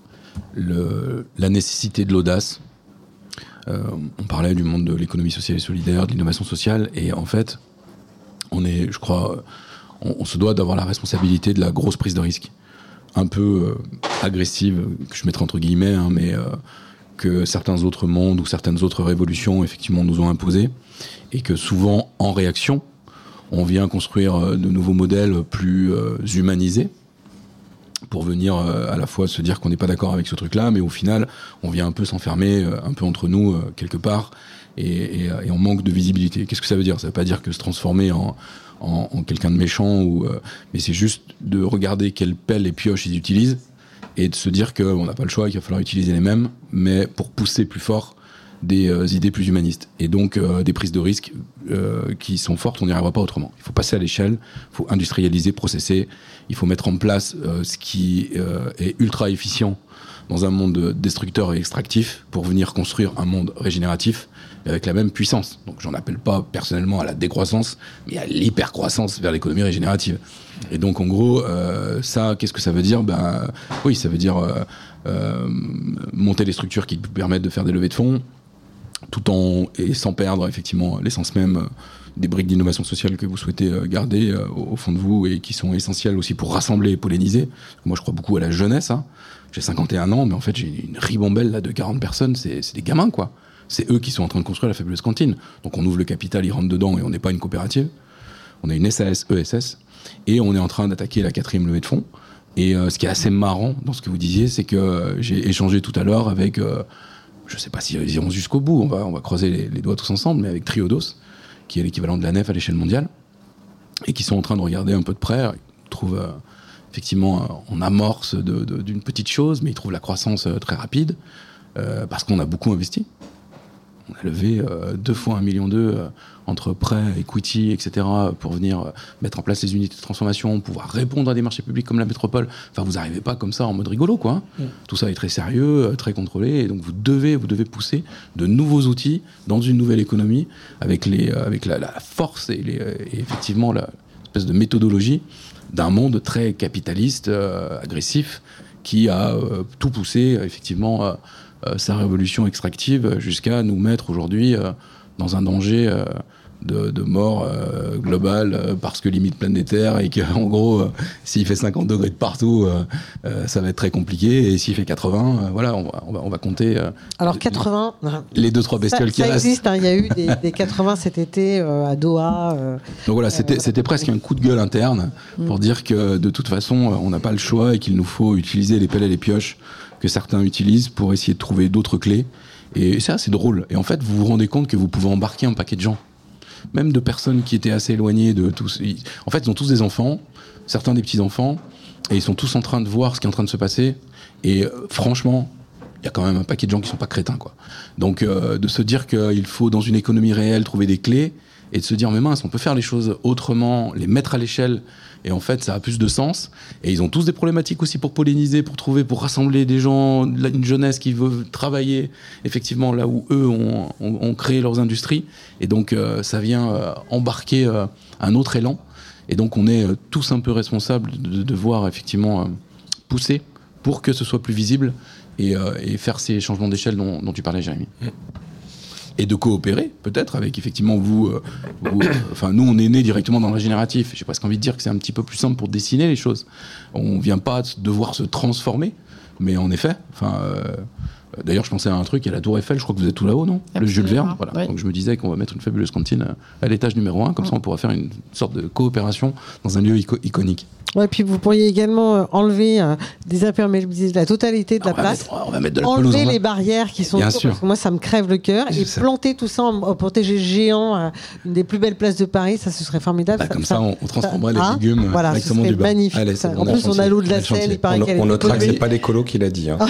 Le, la nécessité de l'audace. Euh, on parlait du monde de l'économie sociale et solidaire, de l'innovation sociale, et en fait, on est, je crois, on, on se doit d'avoir la responsabilité de la grosse prise de risque, un peu euh, agressive, que je mettrai entre guillemets, hein, mais euh, que certains autres mondes ou certaines autres révolutions, effectivement, nous ont imposé, et que souvent, en réaction, on vient construire de nouveaux modèles plus euh, humanisés, pour venir euh, à la fois se dire qu'on n'est pas d'accord avec ce truc-là, mais au final, on vient un peu s'enfermer, euh, un peu entre nous, euh, quelque part, et, et, et on manque de visibilité. Qu'est-ce que ça veut dire ? Ça veut pas dire que se transformer en, en, en quelqu'un de méchant, ou, euh, mais c'est juste de regarder quelles pelles et pioches ils utilisent, et de se dire qu'on n'a pas le choix, qu'il va falloir utiliser les mêmes, mais pour pousser plus fort des euh, idées plus humanistes. Et donc, euh, des prises de risques euh, qui sont fortes, on n'y arrivera pas autrement. Il faut passer à l'échelle, il faut industrialiser, processer, il faut mettre en place euh, ce qui euh, est ultra efficient dans un monde destructeur et extractif pour venir construire un monde régénératif avec la même puissance. Donc, j'en appelle pas personnellement à la décroissance, mais à l'hypercroissance vers l'économie régénérative. Et donc, en gros, euh, ça, qu'est-ce que ça veut dire ? Ben, oui, ça veut dire euh, euh, monter les structures qui permettent de faire des levées de fonds, tout en et sans perdre effectivement l'essence même des briques d'innovation sociale que vous souhaitez garder au fond de vous et qui sont essentielles aussi pour rassembler et polliniser. Moi, je crois beaucoup à la jeunesse. Hein. J'ai cinquante et un ans, mais en fait, j'ai une ribambelle là de quarante personnes. C'est, c'est des gamins, quoi. C'est eux qui sont en train de construire la fabuleuse cantine. Donc, on ouvre le capital, ils rentrent dedans et on n'est pas une coopérative. On a une S A S, E S S, et on est en train d'attaquer la quatrième levée de fonds. Et euh, ce qui est assez marrant dans ce que vous disiez, c'est que euh, j'ai échangé tout à l'heure avec... Euh, je ne sais pas s'ils iront jusqu'au bout, on va, on va croiser les, les doigts tous ensemble, mais avec Triodos, qui est l'équivalent de la nef à l'échelle mondiale, et qui sont en train de regarder un peu de près. Ils trouvent euh, effectivement, euh, on amorce de, de, d'une petite chose, mais ils trouvent la croissance euh, très rapide, euh, parce qu'on a beaucoup investi. On a levé euh, deux fois un million d'eux euh, entre prêts, equity, et cetera, pour venir euh, mettre en place les unités de transformation, pouvoir répondre à des marchés publics comme la métropole. Enfin, vous n'arrivez pas comme ça en mode rigolo, quoi. Hein. Mm. Tout ça est très sérieux, euh, très contrôlé, et donc vous devez, vous devez pousser de nouveaux outils dans une nouvelle économie avec, les, euh, avec la, la force et, les, euh, et effectivement la espèce de méthodologie d'un monde très capitaliste, euh, agressif, qui a euh, tout poussé, effectivement, euh, Euh, sa révolution extractive jusqu'à nous mettre aujourd'hui euh, dans un danger euh, de, de mort euh, globale euh, parce que limite planétaire et qu'en gros euh, s'il fait cinquante degrés de partout euh, euh, ça va être très compliqué, et s'il fait quatre-vingts euh, voilà on va, on va, on va compter euh, alors quatre-vingts les deux trois bestioles ça, qui ça restent. Existe, hein, il y a eu des, des quatre-vingts cet été euh, à Doha euh, donc voilà c'était, euh, c'était presque un coup de gueule interne pour mm. dire que de toute façon on n'a pas le choix et qu'il nous faut utiliser les pelles et les pioches que certains utilisent pour essayer de trouver d'autres clés. Et ça, c'est drôle. Et en fait, vous vous rendez compte que vous pouvez embarquer un paquet de gens, même de personnes qui étaient assez éloignées de tous. En fait, ils ont tous des enfants, certains des petits-enfants, et ils sont tous en train de voir ce qui est en train de se passer. Et euh, franchement, il y a quand même un paquet de gens qui sont pas crétins, quoi. Donc, euh, de se dire qu'il faut, dans une économie réelle, trouver des clés, et de se dire, mais mince, on peut faire les choses autrement, les mettre à l'échelle, et en fait, ça a plus de sens. Et ils ont tous des problématiques aussi pour polliniser, pour trouver, pour rassembler des gens, une jeunesse qui veut travailler, effectivement, là où eux ont, ont, ont créé leurs industries. Et donc, euh, ça vient euh, embarquer euh, un autre élan. Et donc, on est euh, tous un peu responsables de, de devoir, effectivement, euh, pousser pour que ce soit plus visible et, euh, et faire ces changements d'échelle dont, dont tu parlais, Jérémy. Mmh. Et de coopérer, peut-être, avec effectivement vous. Euh, vous euh, enfin, nous, on est nés directement dans le régénératif. J'ai presque envie de dire que c'est un petit peu plus simple pour dessiner les choses. On ne vient pas devoir se transformer, mais en effet. Enfin, euh, d'ailleurs, je pensais à un truc, il y a la Tour Eiffel, je crois que vous êtes tout là-haut, non ? Absolument. Le Jules Verne. Voilà. Oui. Donc je me disais qu'on va mettre une fabuleuse cantine à l'étage numéro un, comme mmh. ça on pourra faire une sorte de coopération dans un lieu ico- iconique. Ouais, puis vous pourriez également euh, enlever euh, des imperméabiliser la totalité de la on place, mettre, on va mettre de la enlever pelouse, les barrières qui sont Bien autour, sûr. parce que moi ça me crève le cœur, et ça. planter tout ça en, en protégé géant, euh, une des plus belles places de Paris, ça ce serait formidable. Bah, ça, comme ça, ça, on, on transformerait ça, les hein, légumes voilà, directement ce du bas. magnifique. Allez, Ça. bon, En plus, on, on a l'eau de la Seine, il paraît on, qu'elle est on notera que polluée. c'est pas l'écolo qui l'a dit. Hein.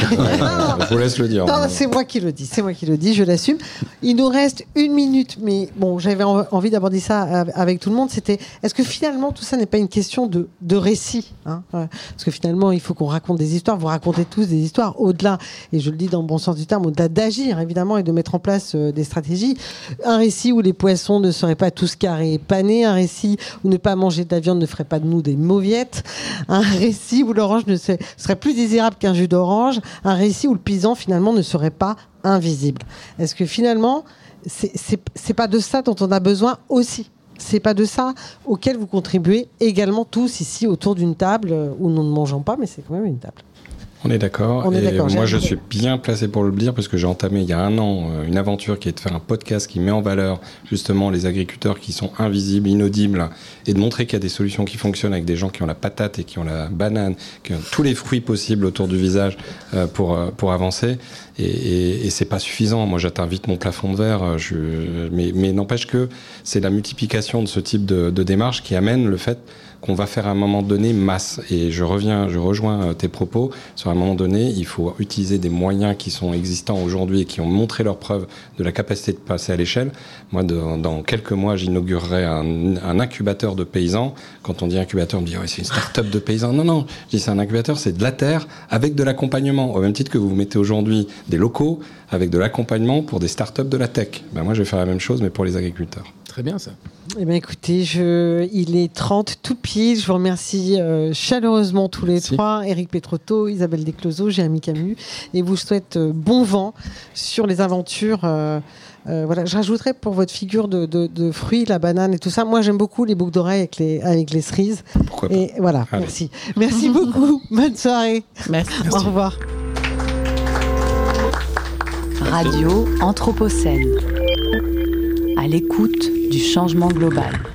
Je vous laisse le dire. Non, c'est moi qui le dis, c'est moi qui le dis, je l'assume. Il nous reste une minute, mais bon, j'avais en, envie d'aborder ça avec tout le monde. C'était, est-ce que finalement tout ça n'est pas une question de, de récit, hein, parce que finalement il faut qu'on raconte des histoires. Vous racontez tous des histoires au-delà, et je le dis dans le bon sens du terme, au-delà d'agir évidemment et de mettre en place euh, des stratégies. Un récit où les poissons ne seraient pas tous carrés et panés, un récit où ne pas manger de la viande ne ferait pas de nous des mauviettes, un récit où l'orange ne serait, serait plus désirable qu'un jus d'orange, un récit où le paysan finalement ne serait pas invisible. Est-ce que finalement c'est, c'est, c'est pas de ça dont on a besoin aussi? C'est pas de ça auquel vous contribuez également tous ici autour d'une table où nous ne mangeons pas, mais c'est quand même une table. On est d'accord. On est et d'accord, moi, je j'ai... suis bien placé pour le dire parce que j'ai entamé il y a un an une aventure qui est de faire un podcast qui met en valeur justement les agriculteurs qui sont invisibles, inaudibles, et de montrer qu'il y a des solutions qui fonctionnent avec des gens qui ont la patate et qui ont la banane, qui ont tous les fruits possibles autour du visage euh, pour euh, pour avancer. Et, et, et c'est pas suffisant. Moi, j'atteins vite mon plafond de verre. Je, mais, mais n'empêche que c'est la multiplication de ce type de, de démarche qui amène le fait qu'on va faire à un moment donné masse. Et je reviens, je rejoins tes propos. Sur un moment donné, il faut utiliser des moyens qui sont existants aujourd'hui et qui ont montré leur preuve de la capacité de passer à l'échelle. Moi, de, dans quelques mois, j'inaugurerai un, un incubateur de paysans. Quand on dit incubateur, on me dit ouais, c'est une start-up de paysans. Non, non, je dis c'est un incubateur, c'est de la terre avec de l'accompagnement. Au même titre que vous mettez aujourd'hui des locaux avec de l'accompagnement pour des start-up de la tech. Ben moi, je vais faire la même chose, mais pour les agriculteurs. Très bien, ça. Eh bien, écoutez, je... il est trente tout pile. Je vous remercie euh, chaleureusement tous les Merci. trois. Éric Pétrotto, Isabelle Descloseaux, Jérémy Camus. Et vous souhaite euh, bon vent sur les aventures. Euh, euh, voilà. Je rajouterais pour votre figure de, de, de fruits, la banane et tout ça. Moi, j'aime beaucoup les boucles d'oreilles avec les, avec les cerises. Pourquoi pas. Et voilà, Allez. merci. Merci beaucoup. Bonne soirée. Merci. Au revoir. Radio Anthropocène. À l'écoute du changement global.